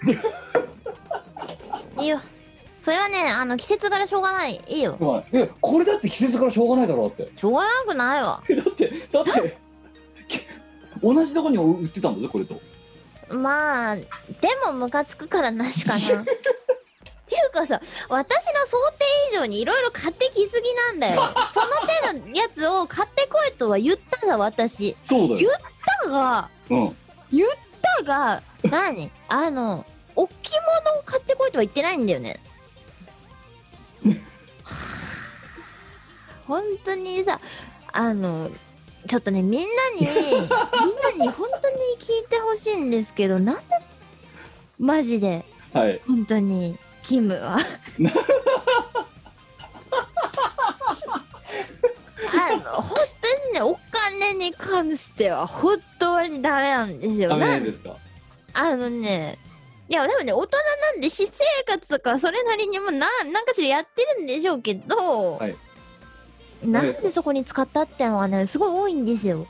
いいよそれはねあの季節柄しょうがないいいよ。 えこれだって季節柄しょうがないだろうってしょうがなくないわ。 だってだって同じとこに売ってたんだぞこれと。 まあでもムカつくからなしかなっていうかさ私の想定以上にいろいろ買ってきすぎなんだよその手のやつを買ってこいとは言ったが私そうだよ言ったが、 うん、 言ったが何あの置物を買ってこいとは言ってないんだよね本当にさあのちょっとねみんなにみんなに本当に聞いてほしいんですけどなんでマジで、 はい、 本当にキムはあの本当にねお金に関しては本当にダメなんですよ。 ダメですか。 あのねいやでもね大人なんで私生活とかそれなりにもななんかしらやってるんでしょうけど、はい、なんでそこに使ったってのはねすごい多いんですよ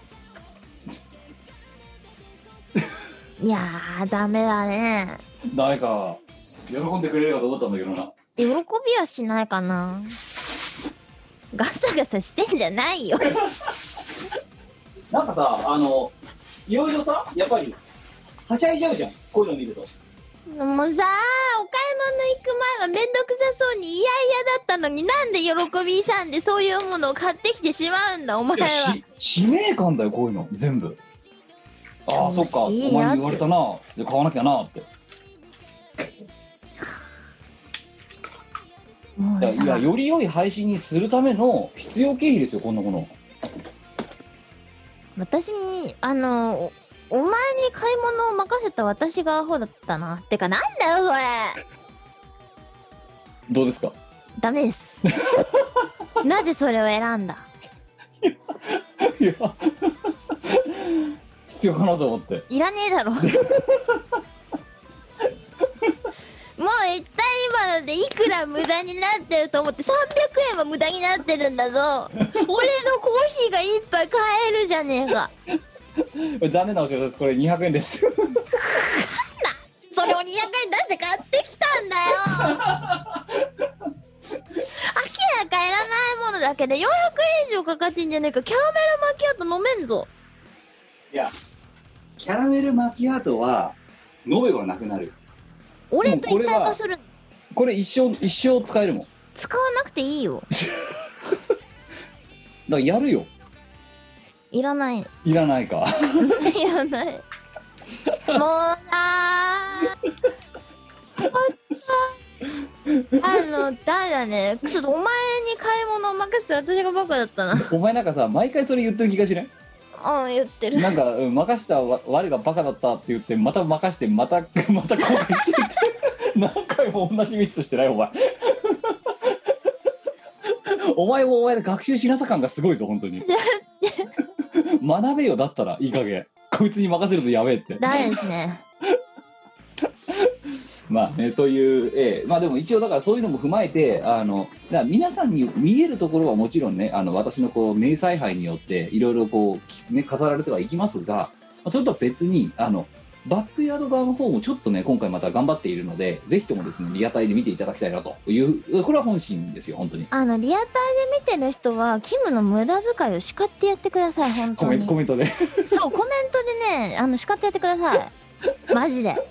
いやーダメだね。 ダメか。喜んでくれるかと思ったんだけどな。 喜びはしないかな。ガサガサしてんじゃないよなんかさあのいろいろさやっぱりはしゃいじゃうじゃんこういうの見ると。 もうさお買い物行く前はめんどくさそうに嫌々だったのになんで喜びさんでそういうものを買ってきてしまうんだお前は。 使命感だよこういうの全部。ああそっかお前に言われたなで買わなきゃなって。いや、いやより良い配信にするための必要経費ですよこんなもの。 私にあのお前に買い物を任せた私がアホだったな。てかなんだよそれ。 どうですか。 ダメですなぜそれを選んだ。 いや必要かなと思って。 いらねえだろもう一体今のでいくら無駄になってると思ってさんびゃくえんは無駄になってるんだぞ俺のコーヒーが一杯買えるじゃねえか残念なお知らせです。これにひゃくえんです明らかいらないものだけでよんひゃくえん以上かかってんじゃねえか。キャラメルマキアート飲めんぞ。 いやキャラメルマキアートは飲めばなくなる。 俺と一体化する。 これ一生一生使えるもん。 使わなくていいよ。 だからやるよ。 いらない。 いらないか。 いらない。もうなー。あのだだね。ちょっとお前に買い物を任せて私がバカだったな。 お前なんかさ毎回それ言ってる気がしない？ うん言ってる。 なんか、うん、任したわ我がバカだったって言ってまた任してまたまた後悔してるって何回も同じミスしてないお前。お前もお前で学習しなさ感がすごいぞ本当に。学べよだったらいい加減。こいつに任せるとやべえって。 ダメですね。 まあねという、ええ、まあでも一応だからそういうのも踏まえてあのだから皆さんに見えるところはもちろんねあの私のこう名采配によっていろいろこう、ね、飾られてはいきますがそれとは別にあのバックヤード側の方もちょっとね今回また頑張っているのでぜひともですねリアタイで見ていただきたいなというこれは本心ですよ本当に。 あのリアタイで見てる人はキムの無駄遣いを叱ってやってください本当に。 コメントコメントでそうコメントでねあの叱ってやってくださいマジで。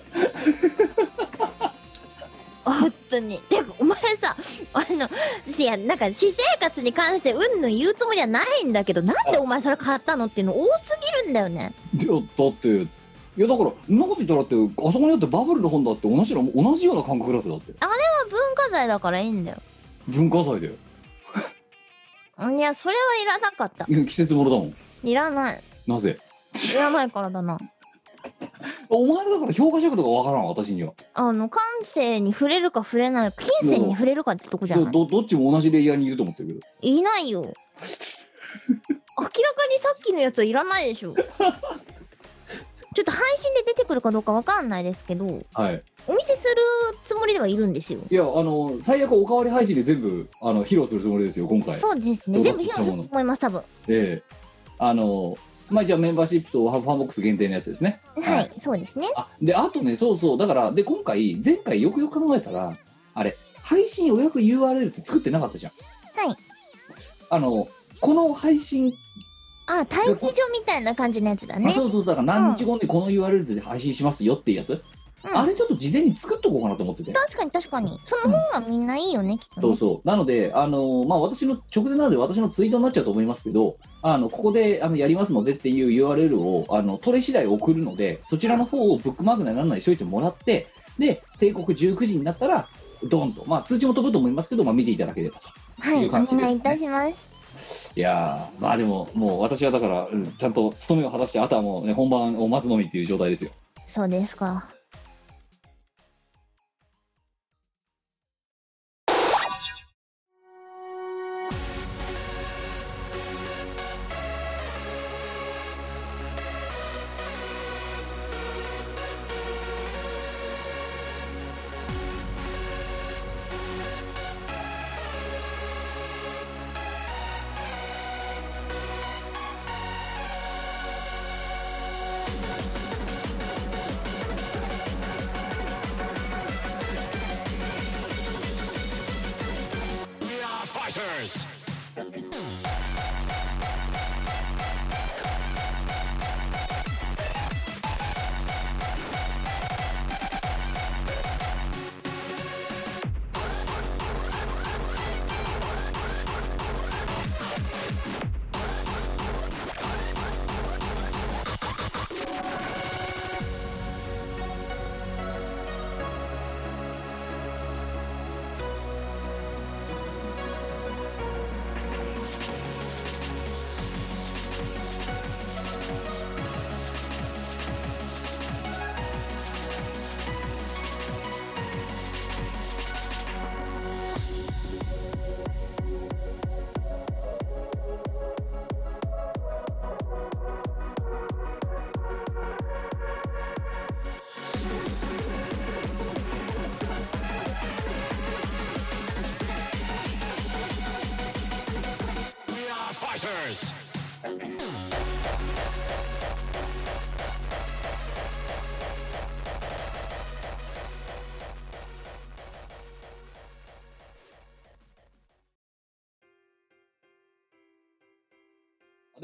本当に。てかお前さあのいやなんか私生活に関してうんぬん言うつもりはないんだけどなんでお前それ買ったのっていうの多すぎるんだよね。 いやだっていやだからそんなこと言ったらってあそこにあってバブルの本だって同じの同じような感覚だってだってあれは文化財だからいいんだよ。 文化財だよ。 いやそれはいらなかった。 季節物だもん。 いらない。 なぜいらないからだな。 お前だから評価尺度がわからん私には。あの感性に触れるか触れないか金銭に触れるかってとこじゃない。 ど, どっちも同じレイヤーにいると思ってるけどいないよ。明らかにさっきのやつはいらないでしょ。ちょっと配信で出てくるかどうかわかんないですけど、 はい、 お見せするつもりではいるんですよ。 いやあの最悪おかわり配信で全部あの披露するつもりですよ今回。 そうですね全部披露すると思います多分。 ええあのまあじゃあメンバーシップとファンボックス限定のやつですね。 はい、はい、そうですね。 あであとねそうそうだからで今回前回よくよく考えたらあれ配信予約 ユーアールエル って作ってなかったじゃん。 はい。 あのこの配信あ待機所みたいな感じのやつだね。 そうそうだから何日後にこの ユーアールエル で配信しますよっていうやつ、うん、あれちょっと事前に作っとこうかなと思ってて。 確かに確かにその方がみんないいよね、うん、きっとね。 そうそうなのであのまあ私の直前なので私のツイートになっちゃうと思いますけどあのここであのやりますのでっていう ユーアールエル をあの取れ次第送るのでそちらの方をブックマークなりなんなりしといてもらってで帝国じゅうくじになったらドンとまあ通知も飛ぶと思いますけど、まあ、見ていただければという感じです、ね、はいお願いいたします。いやーまあでももう私はだから、うん、ちゃんと務めを果たしてあとはもうね本番を待つのみっていう状態ですよ。 そうですか。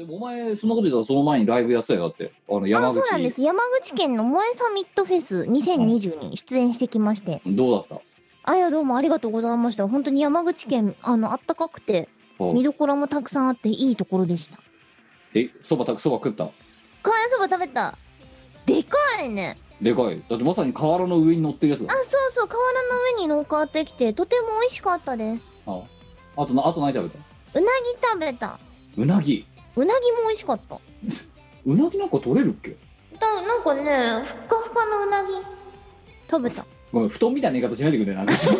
でもお前そんなこと言ったらその前にライブやってたよ。だってあの山あ、 口。 そうなんです。山口県の萌えサミットフェスにせんにじゅうに出演してきまして。 どうだった？ あ、いや、どうもありがとうございました。本当に山口県、あの、あったかくて、見どころもたくさんあっていいところでした。 え、そばたくそば食った？ 瓦そば食べた。でかいね。 でかい。だってまさに瓦の上に乗ってるやつだ。 あ、そうそう、瓦の上に乗っかってきて、とても美味しかったです。 ああとな、あと何食べた？ うなぎ食べた。 うなぎ。 うなぎも美味しかった。 うなぎなんか取れるっけ？ だなんかね、ふっかふかのうなぎ食べた。 ごめん、布団みたいな言い方しないでくれなんかふ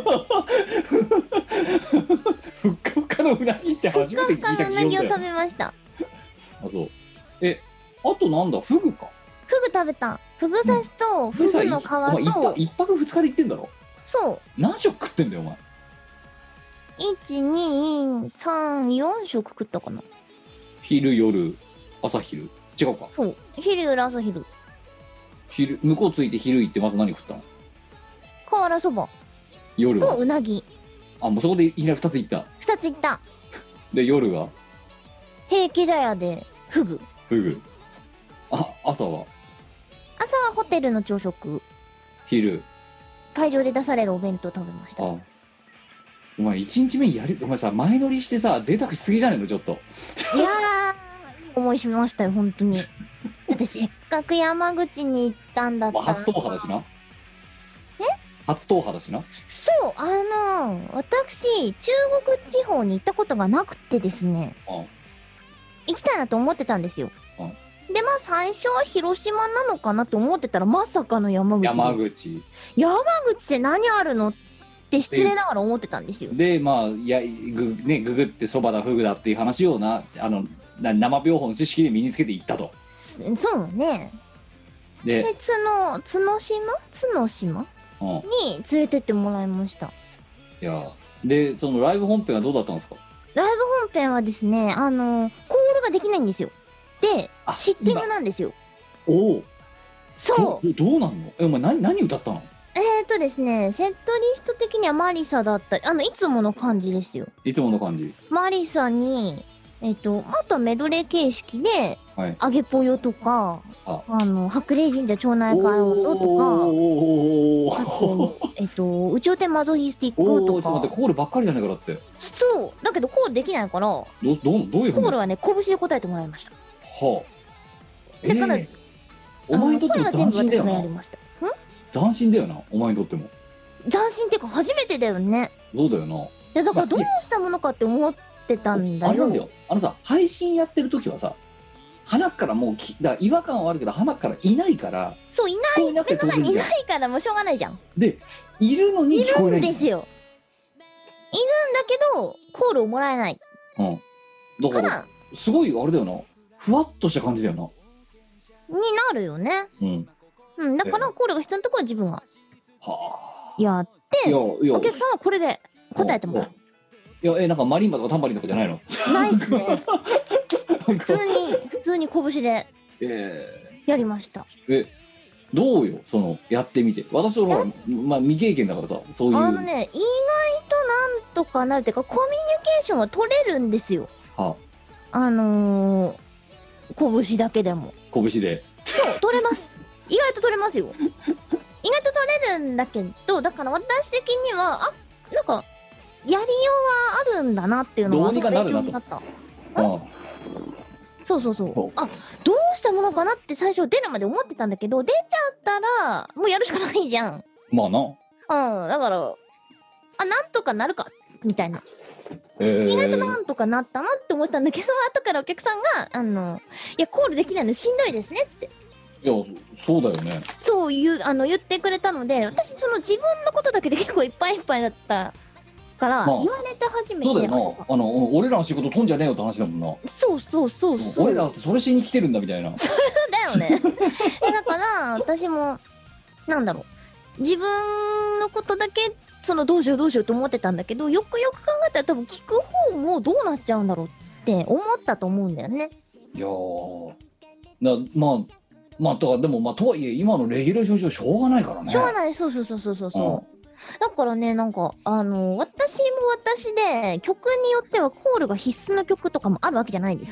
っかふかのうなぎって初めて聞いたふっかふかのうなぎを食記憶だよ。 べました。 あ、そう。え、あとなんだ、フグか。 フグ食べた。フグ刺しとフグの皮と、 お前一泊一泊二日で行ってんだろ。 そう何食食ってんだよお前。 いち、に、さん、よん食食ったかな。 昼夜朝昼違うか。 そう、昼夜朝昼。 昼向こう着いて昼行ってまず何食ったの？ 瓦そば夜はとうなぎあ、もうそこでいきなりふたつ行った。 ふたついった。 で夜が平家茶屋でフグ。 フグ。あ、朝は朝はホテルの朝食、 昼。 会場で出されるお弁当食べました。 あ、お前いちにちめにやり、お前さ前乗りしてさ贅沢しすぎじゃねえのちょっと。 いやー、いい思いしましたよ本当に。だってせっかく山口に行ったんだったら、 まあ、初踏破だしな。 え？ 初踏破だしな。 そう、あのー、私中国地方に行ったことがなくてですね、 あ行きたいなと思ってたんですよ。 あでまあ最初は広島なのかなと思ってたら、まさかの山口で。 山口山口って何あるのって失礼ながら思ってたんですよ。 で、まあやぐねググってそばだフグだっていう話をな、あのな生病法の知識で身につけていったと。 そうね。 で、 で角角島角島うん、 に連れてってもらいました。 いやでそのライブ本編はどうだったんですか？ ライブ本編はですね、あのコールができないんですよ。であシッティングなんですよ。 おお。 そうどどうなんの？えお前何何歌ったの？ えーとですね、セットリスト的にはマリサだった、あのいつもの感じですよ。 いつもの感じ。 マリサにえっとあとはメドレー形式ではい。 あげぽよとか、 ああの白麗神社町内会音とか、 おーあとえっと宇宙天マゾヒスティッおクとーちょっと待ってか。 コールばっかりじゃないかだって。 そうだけどコールできないから、 どうどうどういうふうに？ コールはね拳で答えてもらいました。 はあ。 だからえーお前にとってもあの声は全部私斬新だよな。 がやりました。ん斬新だよなお前にとっても。 斬新っていうか初めてだよね。 そうだよな。 いやだからどうしたものかって思ってたんだよ。 あれなんだよ。あのさ配信やってる時はさ、鼻からもうきだから違和感はあるけど鼻からいないから。 そう、いない、 聞こえなくて当然じゃんいないからもうしょうがないじゃん。 でいるのにい聞こえないんだるんですよ。いるんだけどコールをもらえないうん。だかかららすごいあれだよな。ふわっとした感じだよな。 になるよね。 うん。 うん、だからコールが必要なところは自分がはあ。 やっていやいやお客さんはこれで答えてもらう。 いやえなんかマリンバとかタンバリンとかじゃないの？ ないっすね。 なんか普通に普通に拳でえやりました。 ー、えどうよそのやってみて。私はほらまあ未経験だからさそういう。 あのね、意外となんとかなるっていうか、コミュニケーションは取れるんですよ。 はあのー、拳だけでも。 拳で。 そう、取れます。意外と取れますよ。意外と取れるんだけど、だから私的には、あ、なんか、やりようはあるんだなっていうのがどうにかなるなと勉強になった。 あそうそうそう。 そうあ、どうしたものかなって最初出るまで思ってたんだけど、出ちゃったら、もうやるしかないじゃん。 まあな。 うん、だから、あ、なんとかなるか、みたいな。 えー、 意外となんとかなったなって思ったんだけど、後からお客さんが、あの、いや、コールできないのしんどいですねって、 いやそうだよね。 そういう、あの、言ってくれたので、私、その自分のことだけで結構いっぱいいっぱいだったから、 まあ言われて初めて、 そうだよな。あの俺らの仕事飛んじゃねえよって話だもんな。 そうそうそうそう。 俺らそれしに来てるんだみたいな。 だよね。だから私もなんだろう、自分のことだけそのどうしようどうしようと思ってたんだけど、よくよく考えたら多分聞く方もどうなっちゃうんだろうって思ったと思うんだよね。 いやーなまあまあだからでもまあとはいえ今のレギュレーション上しょうがないからね。 しょうがない。そうそうそうそうそうそう。だからね、なんかあの私も私で曲によってはコールが必須の曲とかもあるわけじゃないですか。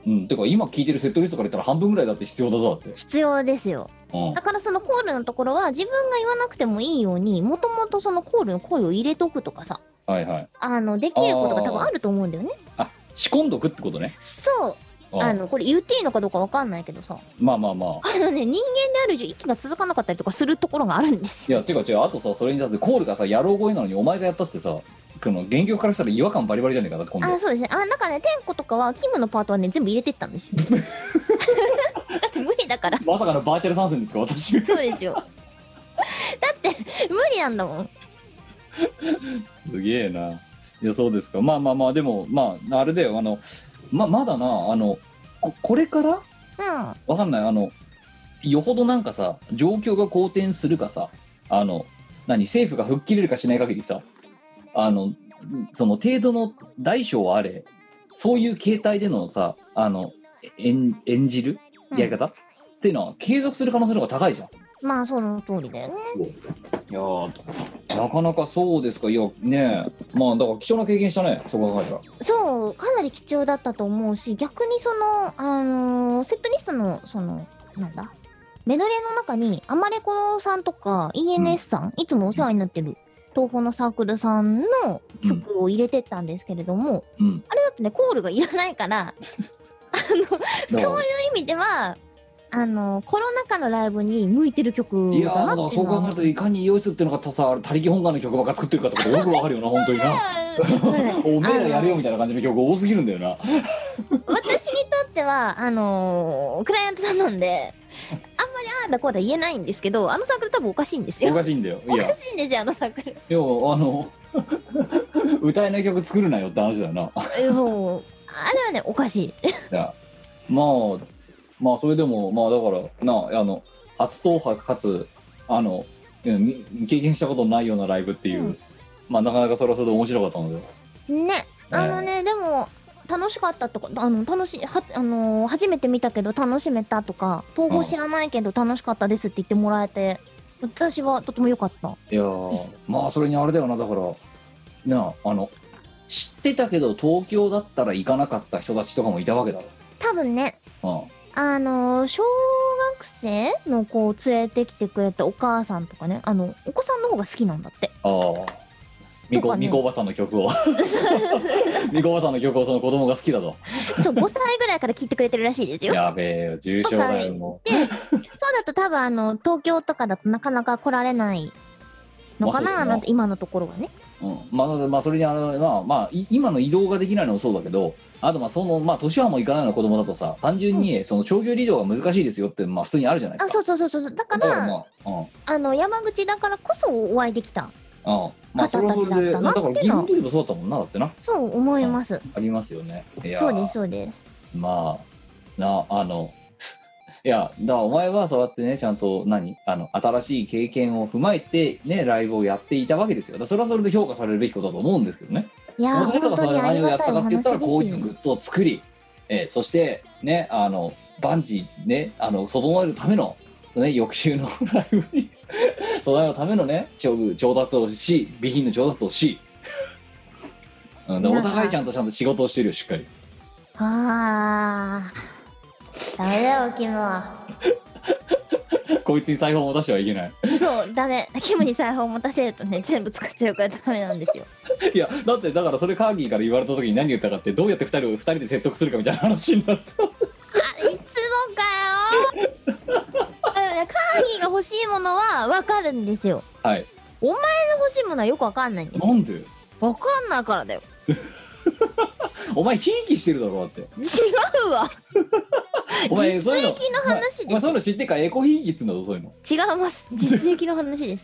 うん、てか今聞いてるセットリストから言ったら半分ぐらいだって必要だぞだって。 必要ですよ。 うんだからそのコールのところは自分が言わなくてもいいように、もともとそのコールの声を入れとくとかさ、 はいはい。 あのできることが多分あると思うんだよね。 あ、仕込んどくってことね。 そう。あのこれ言っていいのかどうかわかんないけどさ、 まあまあまあ。 あのね、人間である以上息が続かなかったりとかするところがあるんですよ。 いや違う違う、あとさ、それにだってコールがさ野郎声なのにお前がやったってさ、この原曲からしたら違和感バリバリじゃねえかだって今度。 あ、そうですね。あ、なんかね、テンコとかはキムのパートはね全部入れてったんですよ。だって無理だから。 まさかのバーチャル参戦ですか私。 そうですよ。だって無理なんだもん。 すげえな。いやそうですか。まあまあまあ、でもまああれだよ、あのままだな、あの こ, これからうん。 わかんない、あのよほどなんかさ状況が好転するかさ、あの何政府が吹っ切れるかしない限りさ、あのその程度の大小はあれ、そういう形態でのさ、あの演演じるやり方、うん、っていうのは継続する可能性の方が高いじゃん。 まあその通りだよね。 いやなかなかそうですか。いやねえ、まあだから貴重な経験したね、そこ考えたら。 そう、かなり貴重だったと思うし、逆にそのあのー、セットリストのそのなんだメドレーの中にアマレコさんとか イーエヌエス さん、うん、いつもお世話になってる東宝のサークルさんの曲を入れてったんですけれども、うん、あれだってねコールがいらないからあのそういう意味ではあのコロナ禍のライブに向いてる曲だなっていうのは。いやー、 そう考えるといかにイオシスっていうのがさ、他力本願の曲ばっか作ってるかとかよくわかるよな本当にな。おめえらやれよみたいな感じの曲多すぎるんだよな。 私にとってはあのー、クライアントさんなんであんまりああだこうだ言えないんですけど、あのサークル多分おかしいんですよ。 おかしいんだよ。 おかしいんですよあのサークル。 でもあの歌えない曲作るなよって話だよな。 もうあれはねおかしい。いやまあまあそれでもまあだからな、あの初登場かつあの経験したことないようなライブっていう、うん、まあなかなかそれはそれで面白かったのでね、あのね、えー、でも楽しかったとか、あの楽しはあのー、初めて見たけど楽しめたとか、東宝知らないけど楽しかったですって言ってもらえて、うん、私はとても良かった。 いやまあそれにあれだよな、だからなあの知ってたけど東京だったら行かなかった人たちとかもいたわけだろ多分ね。 あああの小学生の子を連れてきてくれたお母さんとかね、あのお子さんの方が好きなんだって。 ああ、みこ、ね、みこおばさんの曲をみこおばさんの曲をその子供が好きだと。 そう、ごさいぐらいから聴いてくれてるらしいですよ。 やべえよ、重症だよもう。で、そうだと多分あの東京とかだとなかなか来られないのかな、なんて今のところはね。 うん、まあ、まあそれにあの、まあまあ、今の移動ができないのもそうだけど、あとまあそのまあ年はもういかないような子供だとさ、単純にその長距離移動が難しいですよってまあ普通にあるじゃないですか。 あ、そうそうそうそう。だから、まあうん、あの山口だからこそお会いできた方たちだったなっていうのは、だから自分の時もそうだったもんな、だってな。 そう思います。 ありますよね。いやそうですそうです。 まあなあのいやだからお前はそうやってねちゃんと何あの新しい経験を踏まえてねライブをやっていたわけですよ。だそれはそれで評価されるべきことだと思うんですけどね。 いや本当に何をやったかって言ったらこういうグッズを作り、えー、そしてねあのバンジーねあの整えるためのね翌週のライブに備えるためのね調調達をし備品の調達をし、うん、でお互いちゃんとちゃんと仕事をしてるよしっかり。 ああ。ダメだよキムは。 こいつに裁縫を持たしてはいけない。 そうダメ。キムに裁縫を持たせるとね全部使っちゃうからダメなんですよ。 いやだってだからそれカーギーから言われた時に何言ったかってどうやってふたりをふたりで説得するかみたいな話になった。 あいつもかよ。カーギーが欲しいものは分かるんですよ。 はい。 お前の欲しいものはよく分かんないんですよ。 なんで？ 分かんないからだよ。 お前ひいきしてるだろだって。 違うわ。 お前そういうの実益の話です。 お前そういうの知ってかエコひいきっつうんだぞそういうの。 違います。実益の話です。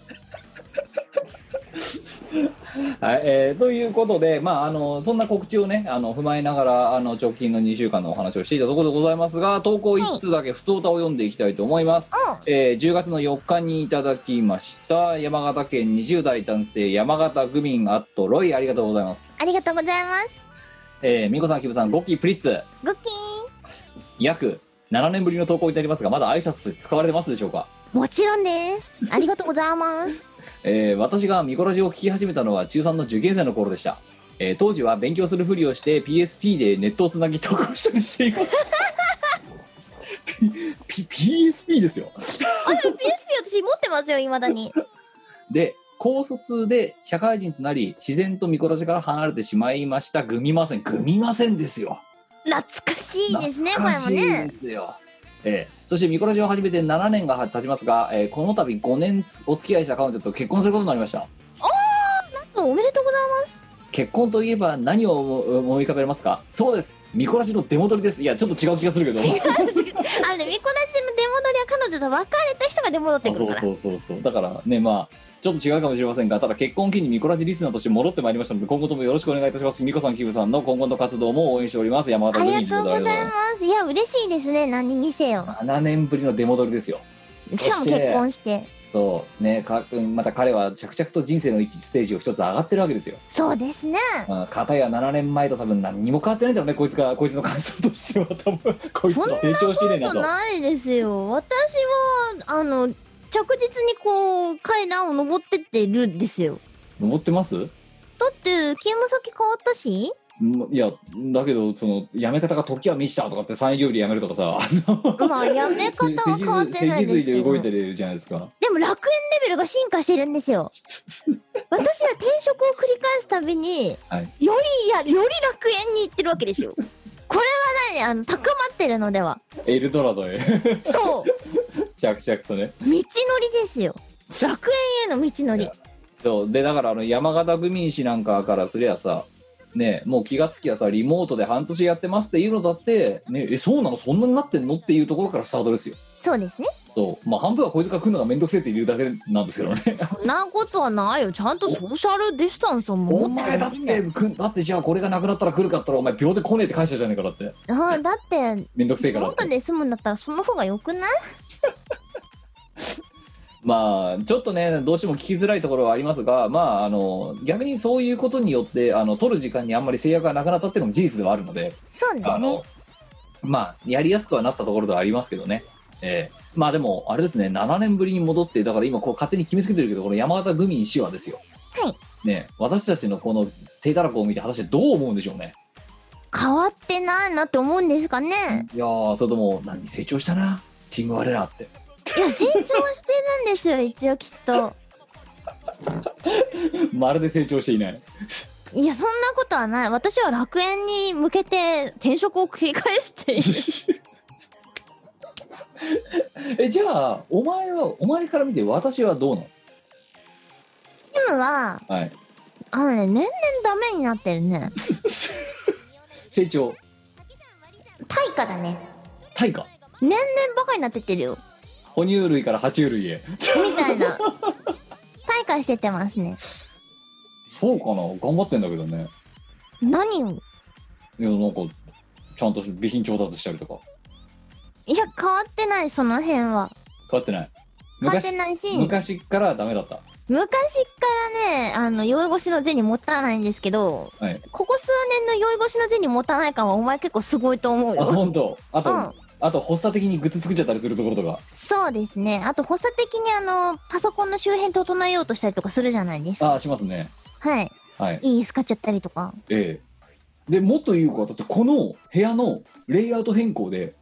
はい、えー、ということで、まあ、あのそんな告知をねあの踏まえながらあの直近のにしゅうかんのお話をしていたところでございますが、投稿いっつつだけ普通歌を読んでいきたいと思います、うんえー、じゅうがつのよっかにいただきました山形県にじゅう代男性山形グミンアットロイ、ありがとうございます。 ありがとうございます。 えー、みこさんキムさんゴッキープリッツゴッキー約ななねんぶりの投稿になりますがまだ挨拶使われてますでしょうか。 もちろんです。ありがとうございます。 えー、私がミコラジを聞き始めたのは中さんの受験生の頃でした。 えー当時は勉強するふりをして ピーエスピー でネットをつなぎ投稿したりしていましたP- P- ピーエスピー ですよ。 あ、でも ピーエスピー 私持ってますよ、未だに。 で高卒で社会人となり自然とミコラジから離れてしまいました。グミませんグミませんですよ。 懐かしいですね、これも懐かしいでね。 すよ。ええ、そしてミコラジを始めてななねんが経ちますが、えーこの度ごねんお付き合いした彼女と結婚することになりました。 おめでとうございます。 結婚といえば何を思思い浮かべますか？そうです、ミコラジの出戻りです。いやちょっと違う気がするけど違う違う。あのね、ミコラジの出戻りは彼女と別れた人が出戻ってくるから。 そうそうそうそうだからね、まあちょっと違うかもしれませんが、ただ結婚を機にミコラジリスナーとして戻ってまいりましたので、今後ともよろしくお願いいたします。ミコさん、キムさんの今後の活動も応援しております。山形あグミりがとうございます。いや、嬉しいですね、何にせよ。 ななねんぶりの出戻りですよ。 しかも結婚して。 そうね、かまた彼は着々と人生の一ステージを一つ上がってるわけですよ。 そうですね。 うん、片やななねんまえと多分何にも変わってないんだろうね、こいつがこいつの感想としては。多分こいつが成長してねえなと。 そんなことないですよ。私はあの着実にこう階段を登ってってるんですよ。 登ってます？ だって勤務先変わったし。 んいやだけどその辞め方が時は満ちたとかってさん営業日で辞めるとかさ、 まあ辞め方は変わってないですけど、 脊髄で動いてるじゃないですか。 でも楽園レベルが進化してるんですよ。私は転職を繰り返すたびに、 はい、 よりやより楽園に行ってるわけですよ。これは何、あの高まってるのでは。 エルドラドへそう着々とね、 道のりですよ。楽園への道のり。 そうでだからあの山形グミン氏なんかからすりゃさね、もう気がつきゃさリモートで半年やってますっていうのだって、ね、えそうなのそんなになってんのっていうところからスタートですよ。 そうですね。 そうまあ半分はこいつが来るのがめんどくせえって言うだけなんですけどね。 そんなことはないよ。ちゃんとソーシャルディスタンスをお守って前だってくだってじゃあこれがなくなったら来るかったらお前秒で来ねえって返したじゃねえかだってあだってめんどくせえからって元で済むんだったらその方がよくない？ まあちょっとねどうしても聞きづらいところはありますが、まああの逆にそういうことによってあの取る時間にあんまり制約がなくなったっていうのも事実ではあるので、 そうだね。 あのまあやりやすくはなったところではありますけどね。えーまあでもあれですね、ななねんぶりに戻ってだから今こう勝手に決めつけてるけど、この山形グミ氏はですよ、 はいね、私たちのこの低たらくを見て果たしてどう思うんでしょうね。 変わってないなって思うんですかね。 いやーそれとも何成長したなチーム我らって。 いや成長してるんですよ一応きっと。 まるで成長していない。 いやそんなことはない。私は楽園に向けて転職を繰り返している。 えじゃあお前はお前から見て私はどうなの？ キムははいあのね年々ダメになってるね。 成長対価だね。 対価年々バカになってってるよ哺乳類から爬虫類へみたいな。対価してってますね。 そうかな頑張ってんだけどね。 何を？ いやなんかちゃんと備品調達したりとか。 いや変わってないその辺は。 変わってない変わってないし昔からダメだった。 昔からねあの酔い越しの銭持たないんですけど、 はい、 ここ数年の酔い越しの銭持たない感はお前結構すごいと思うあよ。 本当あと、 うん、 あと発作的にグッズ作っちゃったりするところとか。 そうですね。あと発作的にあのパソコンの周辺整えようとしたりとかするじゃないですか。 あしますね。 はいはいいい使っちゃったりとか。 ええでもっと言うかだってこの部屋のレイアウト変更で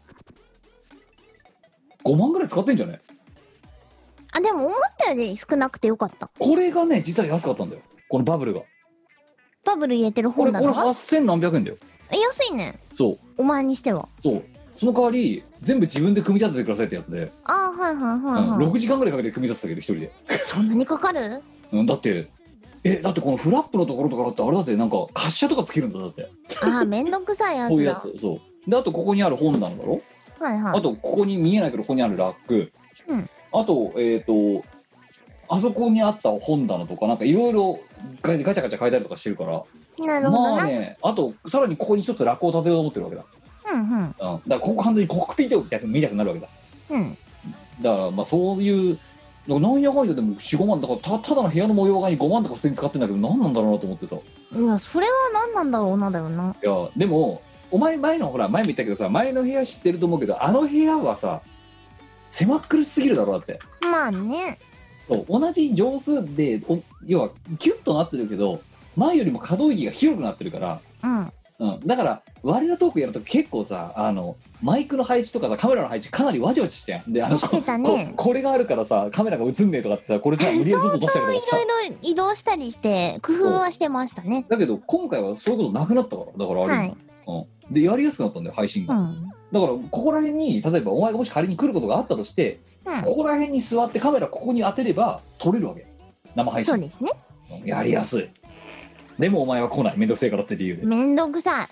ごまんぐらい使ってんじゃね？ あでも思ったより少なくてよかった。 これがね実は安かったんだよこのバブルが。 バブル入れてるこれこれ本なのがはっせん何百円だよ。 安いね。 そうお前にしては。 そうその代わり全部自分で組み立ててくださいってやつで、 あーはいはいはいうん、 はい、 ろくじかんぐらいかけて組み立てたけど一人で、 そんなにかかる？ うん、だってえだってこのフラップのところとかだってあれだってなんか滑車とかつけるんだだってああめんどくさいやつだ。 こういうやつそうであとここにある本棚だろ、 はいはい。 あとここに見えないけどここにあるラック、 うん、 あとえっ、とあそこにあった本棚とかなんかいろいろガチャガチャ変えたりとかしてるからなるほどな。 まあねあとさらにここに一つラックを立てようと思ってるわけだ、 うんうんうん、だからここ完全にコックピットみたい見たくなるわけだ。 うんだからまあそういうなんやかんやでもよん、ごまんだから た, ただの部屋の模様替えにごまんとか普通に使ってんだけど何なんだろうなと思ってさ。 いやそれは何なんだろうなだよな。 いやでもお前前のほら前も言ったけどさ前の部屋知ってると思うけどあの部屋はさ狭苦しすぎるだろだって。 まあね。 そう同じ畳数でお要はキュッとなってるけど前よりも可動域が広くなってるから、 うんうん、だから我らトークやると結構さ、あのマイクの配置とかさ、カメラの配置かなりわちわちしてんで、あのしてたねここれがあるからさカメラが映んねえとかってさ、これで無理やり外出したりとかさ、 いろいろ移動したりして工夫はしてましたね。 だけど今回はそういうことなくなったから、だからあれ、 はい、 うん、でやりやすくなったんだよ配信が、 うん、 だからここら辺に例えばお前がもし仮に来ることがあったとして、 うん、 ここら辺に座ってカメラここに当てれば撮れるわけ、生配信。 そうですね。 やりやすい。でもお前は来ない、めんどくせえからって理由で。 めんどくさい。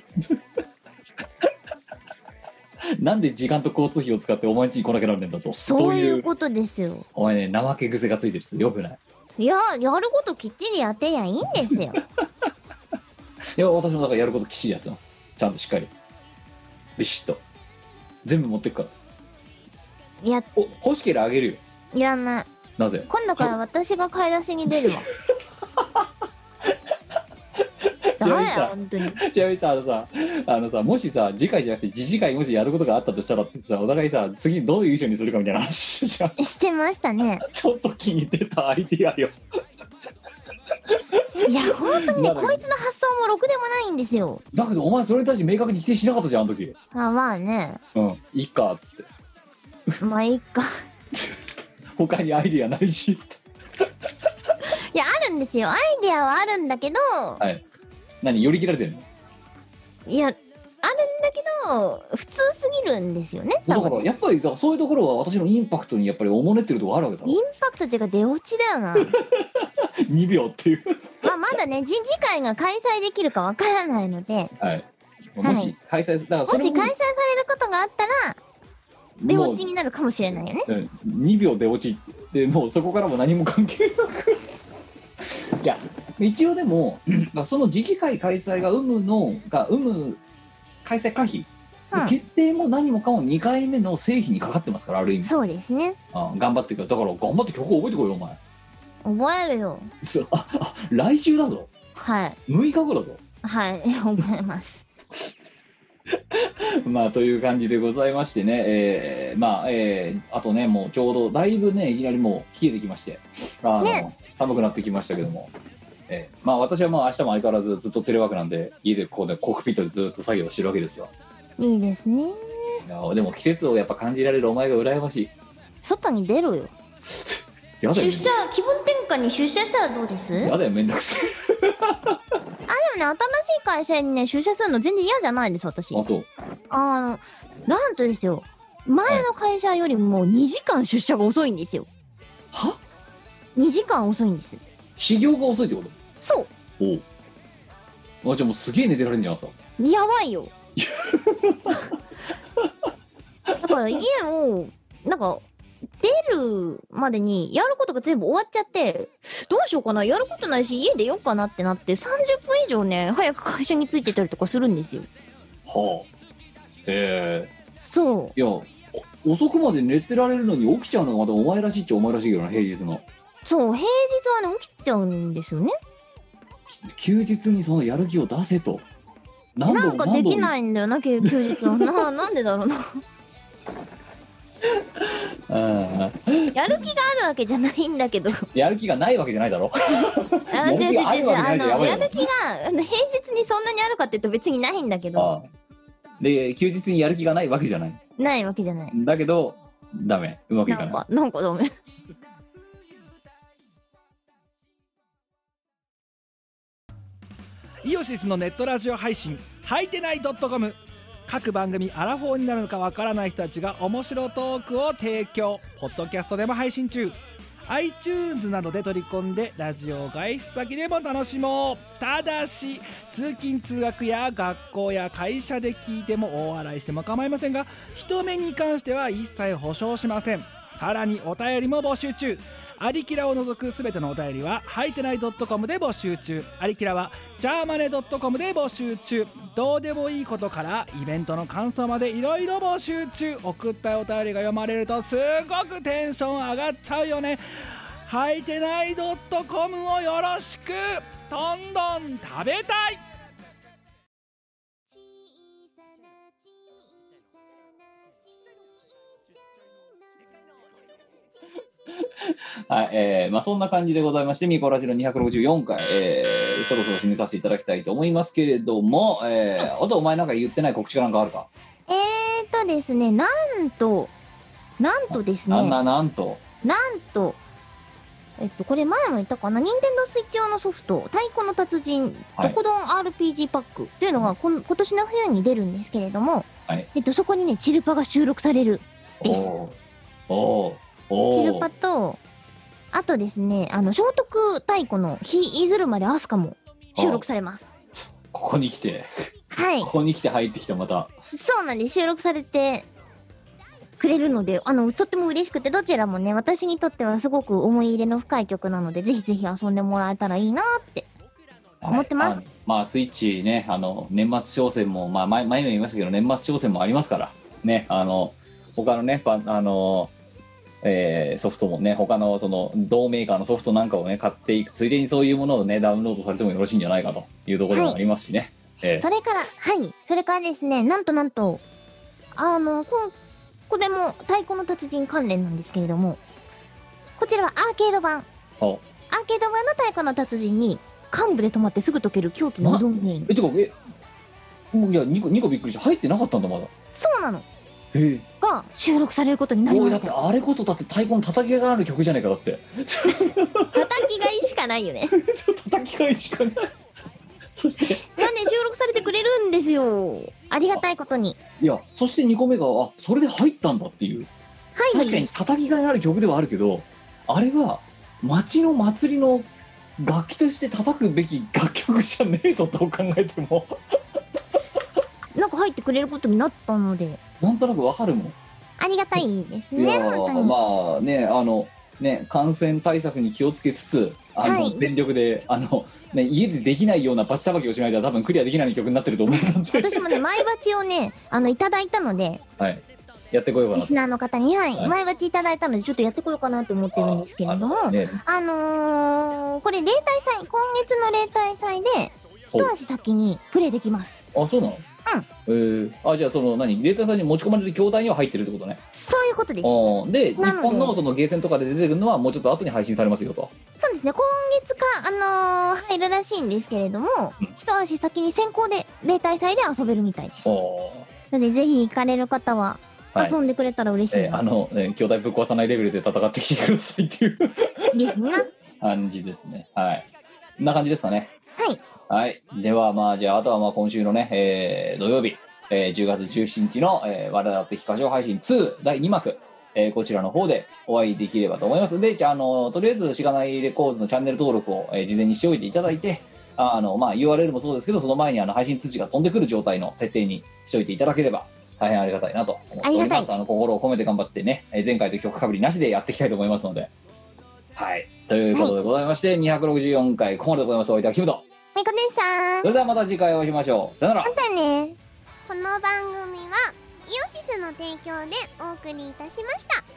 なんで時間と交通費を使ってお前ん家に来なきゃならねえんだと。 そういうことですよ。 お前ね、怠け癖がついてる。よくない。 いや、やることきっちりやってりゃいいんですよ。 いや、私もだからやることきっちりやってます。ちゃんとしっかりビシッと全部持ってくから。 いや、 お、欲しければあげるよ。 いらない。 なぜ？ 今度から私が買い出しに出るわ。 ちなみにさだめだよ、本当に。 ちなみにさ、あのさ、あのさ、もしさ、次回じゃなくて次次回もしやることがあったとしたらってさ、お互いさ、次どういう衣装にするかみたいな話じゃん。 してましたね。 ちょっと気に入ってたアイディアよ。 いや、本当にね、 まだこいつの発想もろくでもないんですよ。 だけどお前それに対して明確に否定しなかったじゃん、あの時。 あ、まあね。 うん、いいかっつって。 まあいいか。 他にアイディアないしって。 いや、あるんですよ。アイデアはあるんだけど、 はい。何、寄り切られてんの？ いや、あるんだけど、普通すぎるんですよね。 だから多分ね。 やっぱりだからそういうところは私のインパクトにやっぱりおもねってるところあるわけだろ。 インパクトっていうか出落ちだよな。 にびょうっていう。 まあまだね、人事会が開催できるかわからないので、 はい。もし開催す、だからそれももし開催されることがあったら、出落ちになるかもしれないよね。 うん、にびょう出落ちってもうそこからも何も関係なくいや一応でもその自治会開催が有無のが有無開催可否、 うん、 決定も何もかもにかいめの成否にかかってますから、ある意味。 そうですね。 あ頑張ってくだだから頑張って曲を覚えてこいよお前。 覚えるよ。 そうああ来週だぞ。 はい。 むいかごだぞ。 はい、覚えます。 まあという感じでございましてね、えー、まあ、えー、あとねもうちょうどだいぶねいきなりもう冷えてきまして、あの、ね、寒くなってきましたけども、えー、まあ私はまあ明日も相変わらずずっとテレワークなんで家でここでコックピットでずっと作業してるわけですが、 いいですね。 いやでも季節をやっぱ感じられるお前が羨ましい。 外に出ろよ。 やだよ、 出社、気分転換に出社したらどうです？ やだよ、めんどくせえ。 あ、でもね、新しい会社にね、出社するの全然嫌じゃないです、私。 あ、そう。 あの、なんとですよ、前の会社よりもにじかん出社が遅いんですよ。 は？ に 時間遅いんです。 始業が遅いってこと？ そう。 おう。あ、じゃあもうすげえ寝てられんじゃん、朝。 やばいよ。だから家を、なんか、出るまでにやることが全部終わっちゃって、どうしようかな、やることないし家出ようかなってなってさんじゅっぷん以上ね早く会社に着いてたりとかするんですよ。 はあ。へえ。 そう。 いや遅くまで寝てられるのに起きちゃうのがまたお前らしいっちゃお前らしいけどな、平日の。 そう、平日はね起きちゃうんですよね。 休日にそのやる気を出せと。 何度なんかできないんだよな、休日はな。なんでだろうな。 あやる気があるわけじゃないんだけど。 やる気がないわけじゃないだろ。 あ、違う違う違う、あの、やる気があの平日にそんなにあるかって言うと別にないんだけど。 ああで休日にやる気がないわけじゃない。 ないわけじゃない。 だけどダメ、うまくいかない。 なんか、なんかダメ。 イオシスのネットラジオ配信はいてない .com、 各番組アラフォーになるのかわからない人たちが面白トークを提供、ポッドキャストでも配信中、 iTunes などで取り込んでラジオ外出先でも楽しもう。ただし通勤通学や学校や会社で聞いても大笑いしても構いませんが、人目に関しては一切保証しません。さらにお便りも募集中。アリキラを除くすべてのお便りははいてない .com で募集中。アリキラはジャーマネ .com で募集中。どうでもいいことからイベントの感想までいろいろ募集中。送ったお便りが読まれるとすごくテンション上がっちゃうよね。はいてない .com をよろしく。どんどん食べたい。 はい、えー、まあそんな感じでございまして、ミコラジのにひゃくろくじゅうよんかい、えー、 そろそろ締めさせていただきたいと思いますけれども、えー、あとお前なんか言ってない告知かなんかあるか。 えーとですね、なんと、なんとですね、 なななんとなんと、えっと、これ前も言ったかな、任天堂スイッチ用のソフト、太鼓の達人、 はいどこどん アールピージー パックというのがこん今年の冬に出るんですけれども、 はいえっと、そこにね、チルパが収録されるです。 おーおーおーチルパと、あとですね、あの、聖徳太鼓の日いずるまでアスカも収録されます。 ここに来てはいこ。こに来て入ってきたまた。 そうなんです。収録されてくれるので、あの、とっても嬉しくて、どちらもね、私にとってはすごく思い入れの深い曲なので、ぜひぜひ遊んでもらえたらいいなって思ってます。 はい、まあ、まあスイッチね、あの年末商戦も、まあ、前前も言いましたけど年末商戦もありますからね、あの他のねパあの、えーソフトもね、他のその同メーカーのソフトなんかをね買っていくついでにそういうものをねダウンロードされてもよろしいんじゃないかというところもありますしね、えーそれから、はい。それからですね、なんとなんと、あの、ここれも太鼓の達人関連なんですけれども、こちらはアーケード版。 おアーケード版の太鼓の達人に、幹部で止まってすぐ解ける狂気のうどんゲーム。 えてかえもういやにこにこびっくりした、入ってなかったんだまだ。 そうなの。 へえ。 が収録されることになりおいましてた。 だっあれこそだって太鼓の叩きがある曲じゃないかだって叩きがいしかないよね。 叩きがいしかないそしてがね、収録されてくれるんですよ。ありがたいことに。 いやそしてにこめがあそれで入ったんだっていう。 はい。 確かに叩きがいある曲ではあるけど、あれは町の祭りの楽器として叩くべき楽曲じゃねえぞと考えてもなんか入ってくれることになったので、 なんとなくわかるもん。 ありがたいですいやね、本当ーに。 まあねあのね感染対策に気をつけつつあの、 はい全力であの、ね、家でできないようなバチさばきをしないと多分クリアできない曲になってると思うので、 私もね、前バチをね、あの、いただいたので、 はい、やってこようかなと。 リスナーの方に、はい、 はい前バチいただいたので、ちょっとやってこようかなと思ってるんですけれども、あ,、 ね、 のー、これ、例大祭、今月の例大祭で、 そう一足先にプレイできます。 あそうなの。えー、あじゃあその何レーターさんに持ち込まれる筐体には入ってるってことね。 そういうことです。 あーで日なので本のそのゲーセンとかで出てくるのはもうちょっと後に配信されますよと。 そうですね、今月か、あのー入るらしいんですけれども、 うん一足先に先行で、例大祭で遊べるみたいです。 おので、ぜひ行かれる方は、 はい遊んでくれたら嬉しいな、 えーあの、えー、筐体ぶっ壊さないレベルで戦ってきてくださいっていうですね。 感じですね。はい。こんな感じですかね。 はい。 はい。ではまあじゃああとはまあ今週のね、えー土曜日、えーじゅうがつじゅうしちにちの、えー、我ら的歌唱配信ツーだいにまく、えーこちらの方でお会いできればと思います。で、じゃあ、あのとりあえずしがないレコードのチャンネル登録を、えー事前にしておいていただいて、あのまあ ユーアールエル もそうですけど、その前にあの配信通知が飛んでくる状態の設定にしておいていただければ大変ありがたいなと思っております。 ありがたいあの心を込めて頑張ってね、えー前回と曲かぶりなしでやっていきたいと思いますので。はい。ということでございまして、にひゃくろくじゅうよんかいここまででございます。お相手はキムと。 みこでしたそれではまた次回お会いしましょう。さよなら。 またね。 この番組はイオシスの提供でお送りいたしました。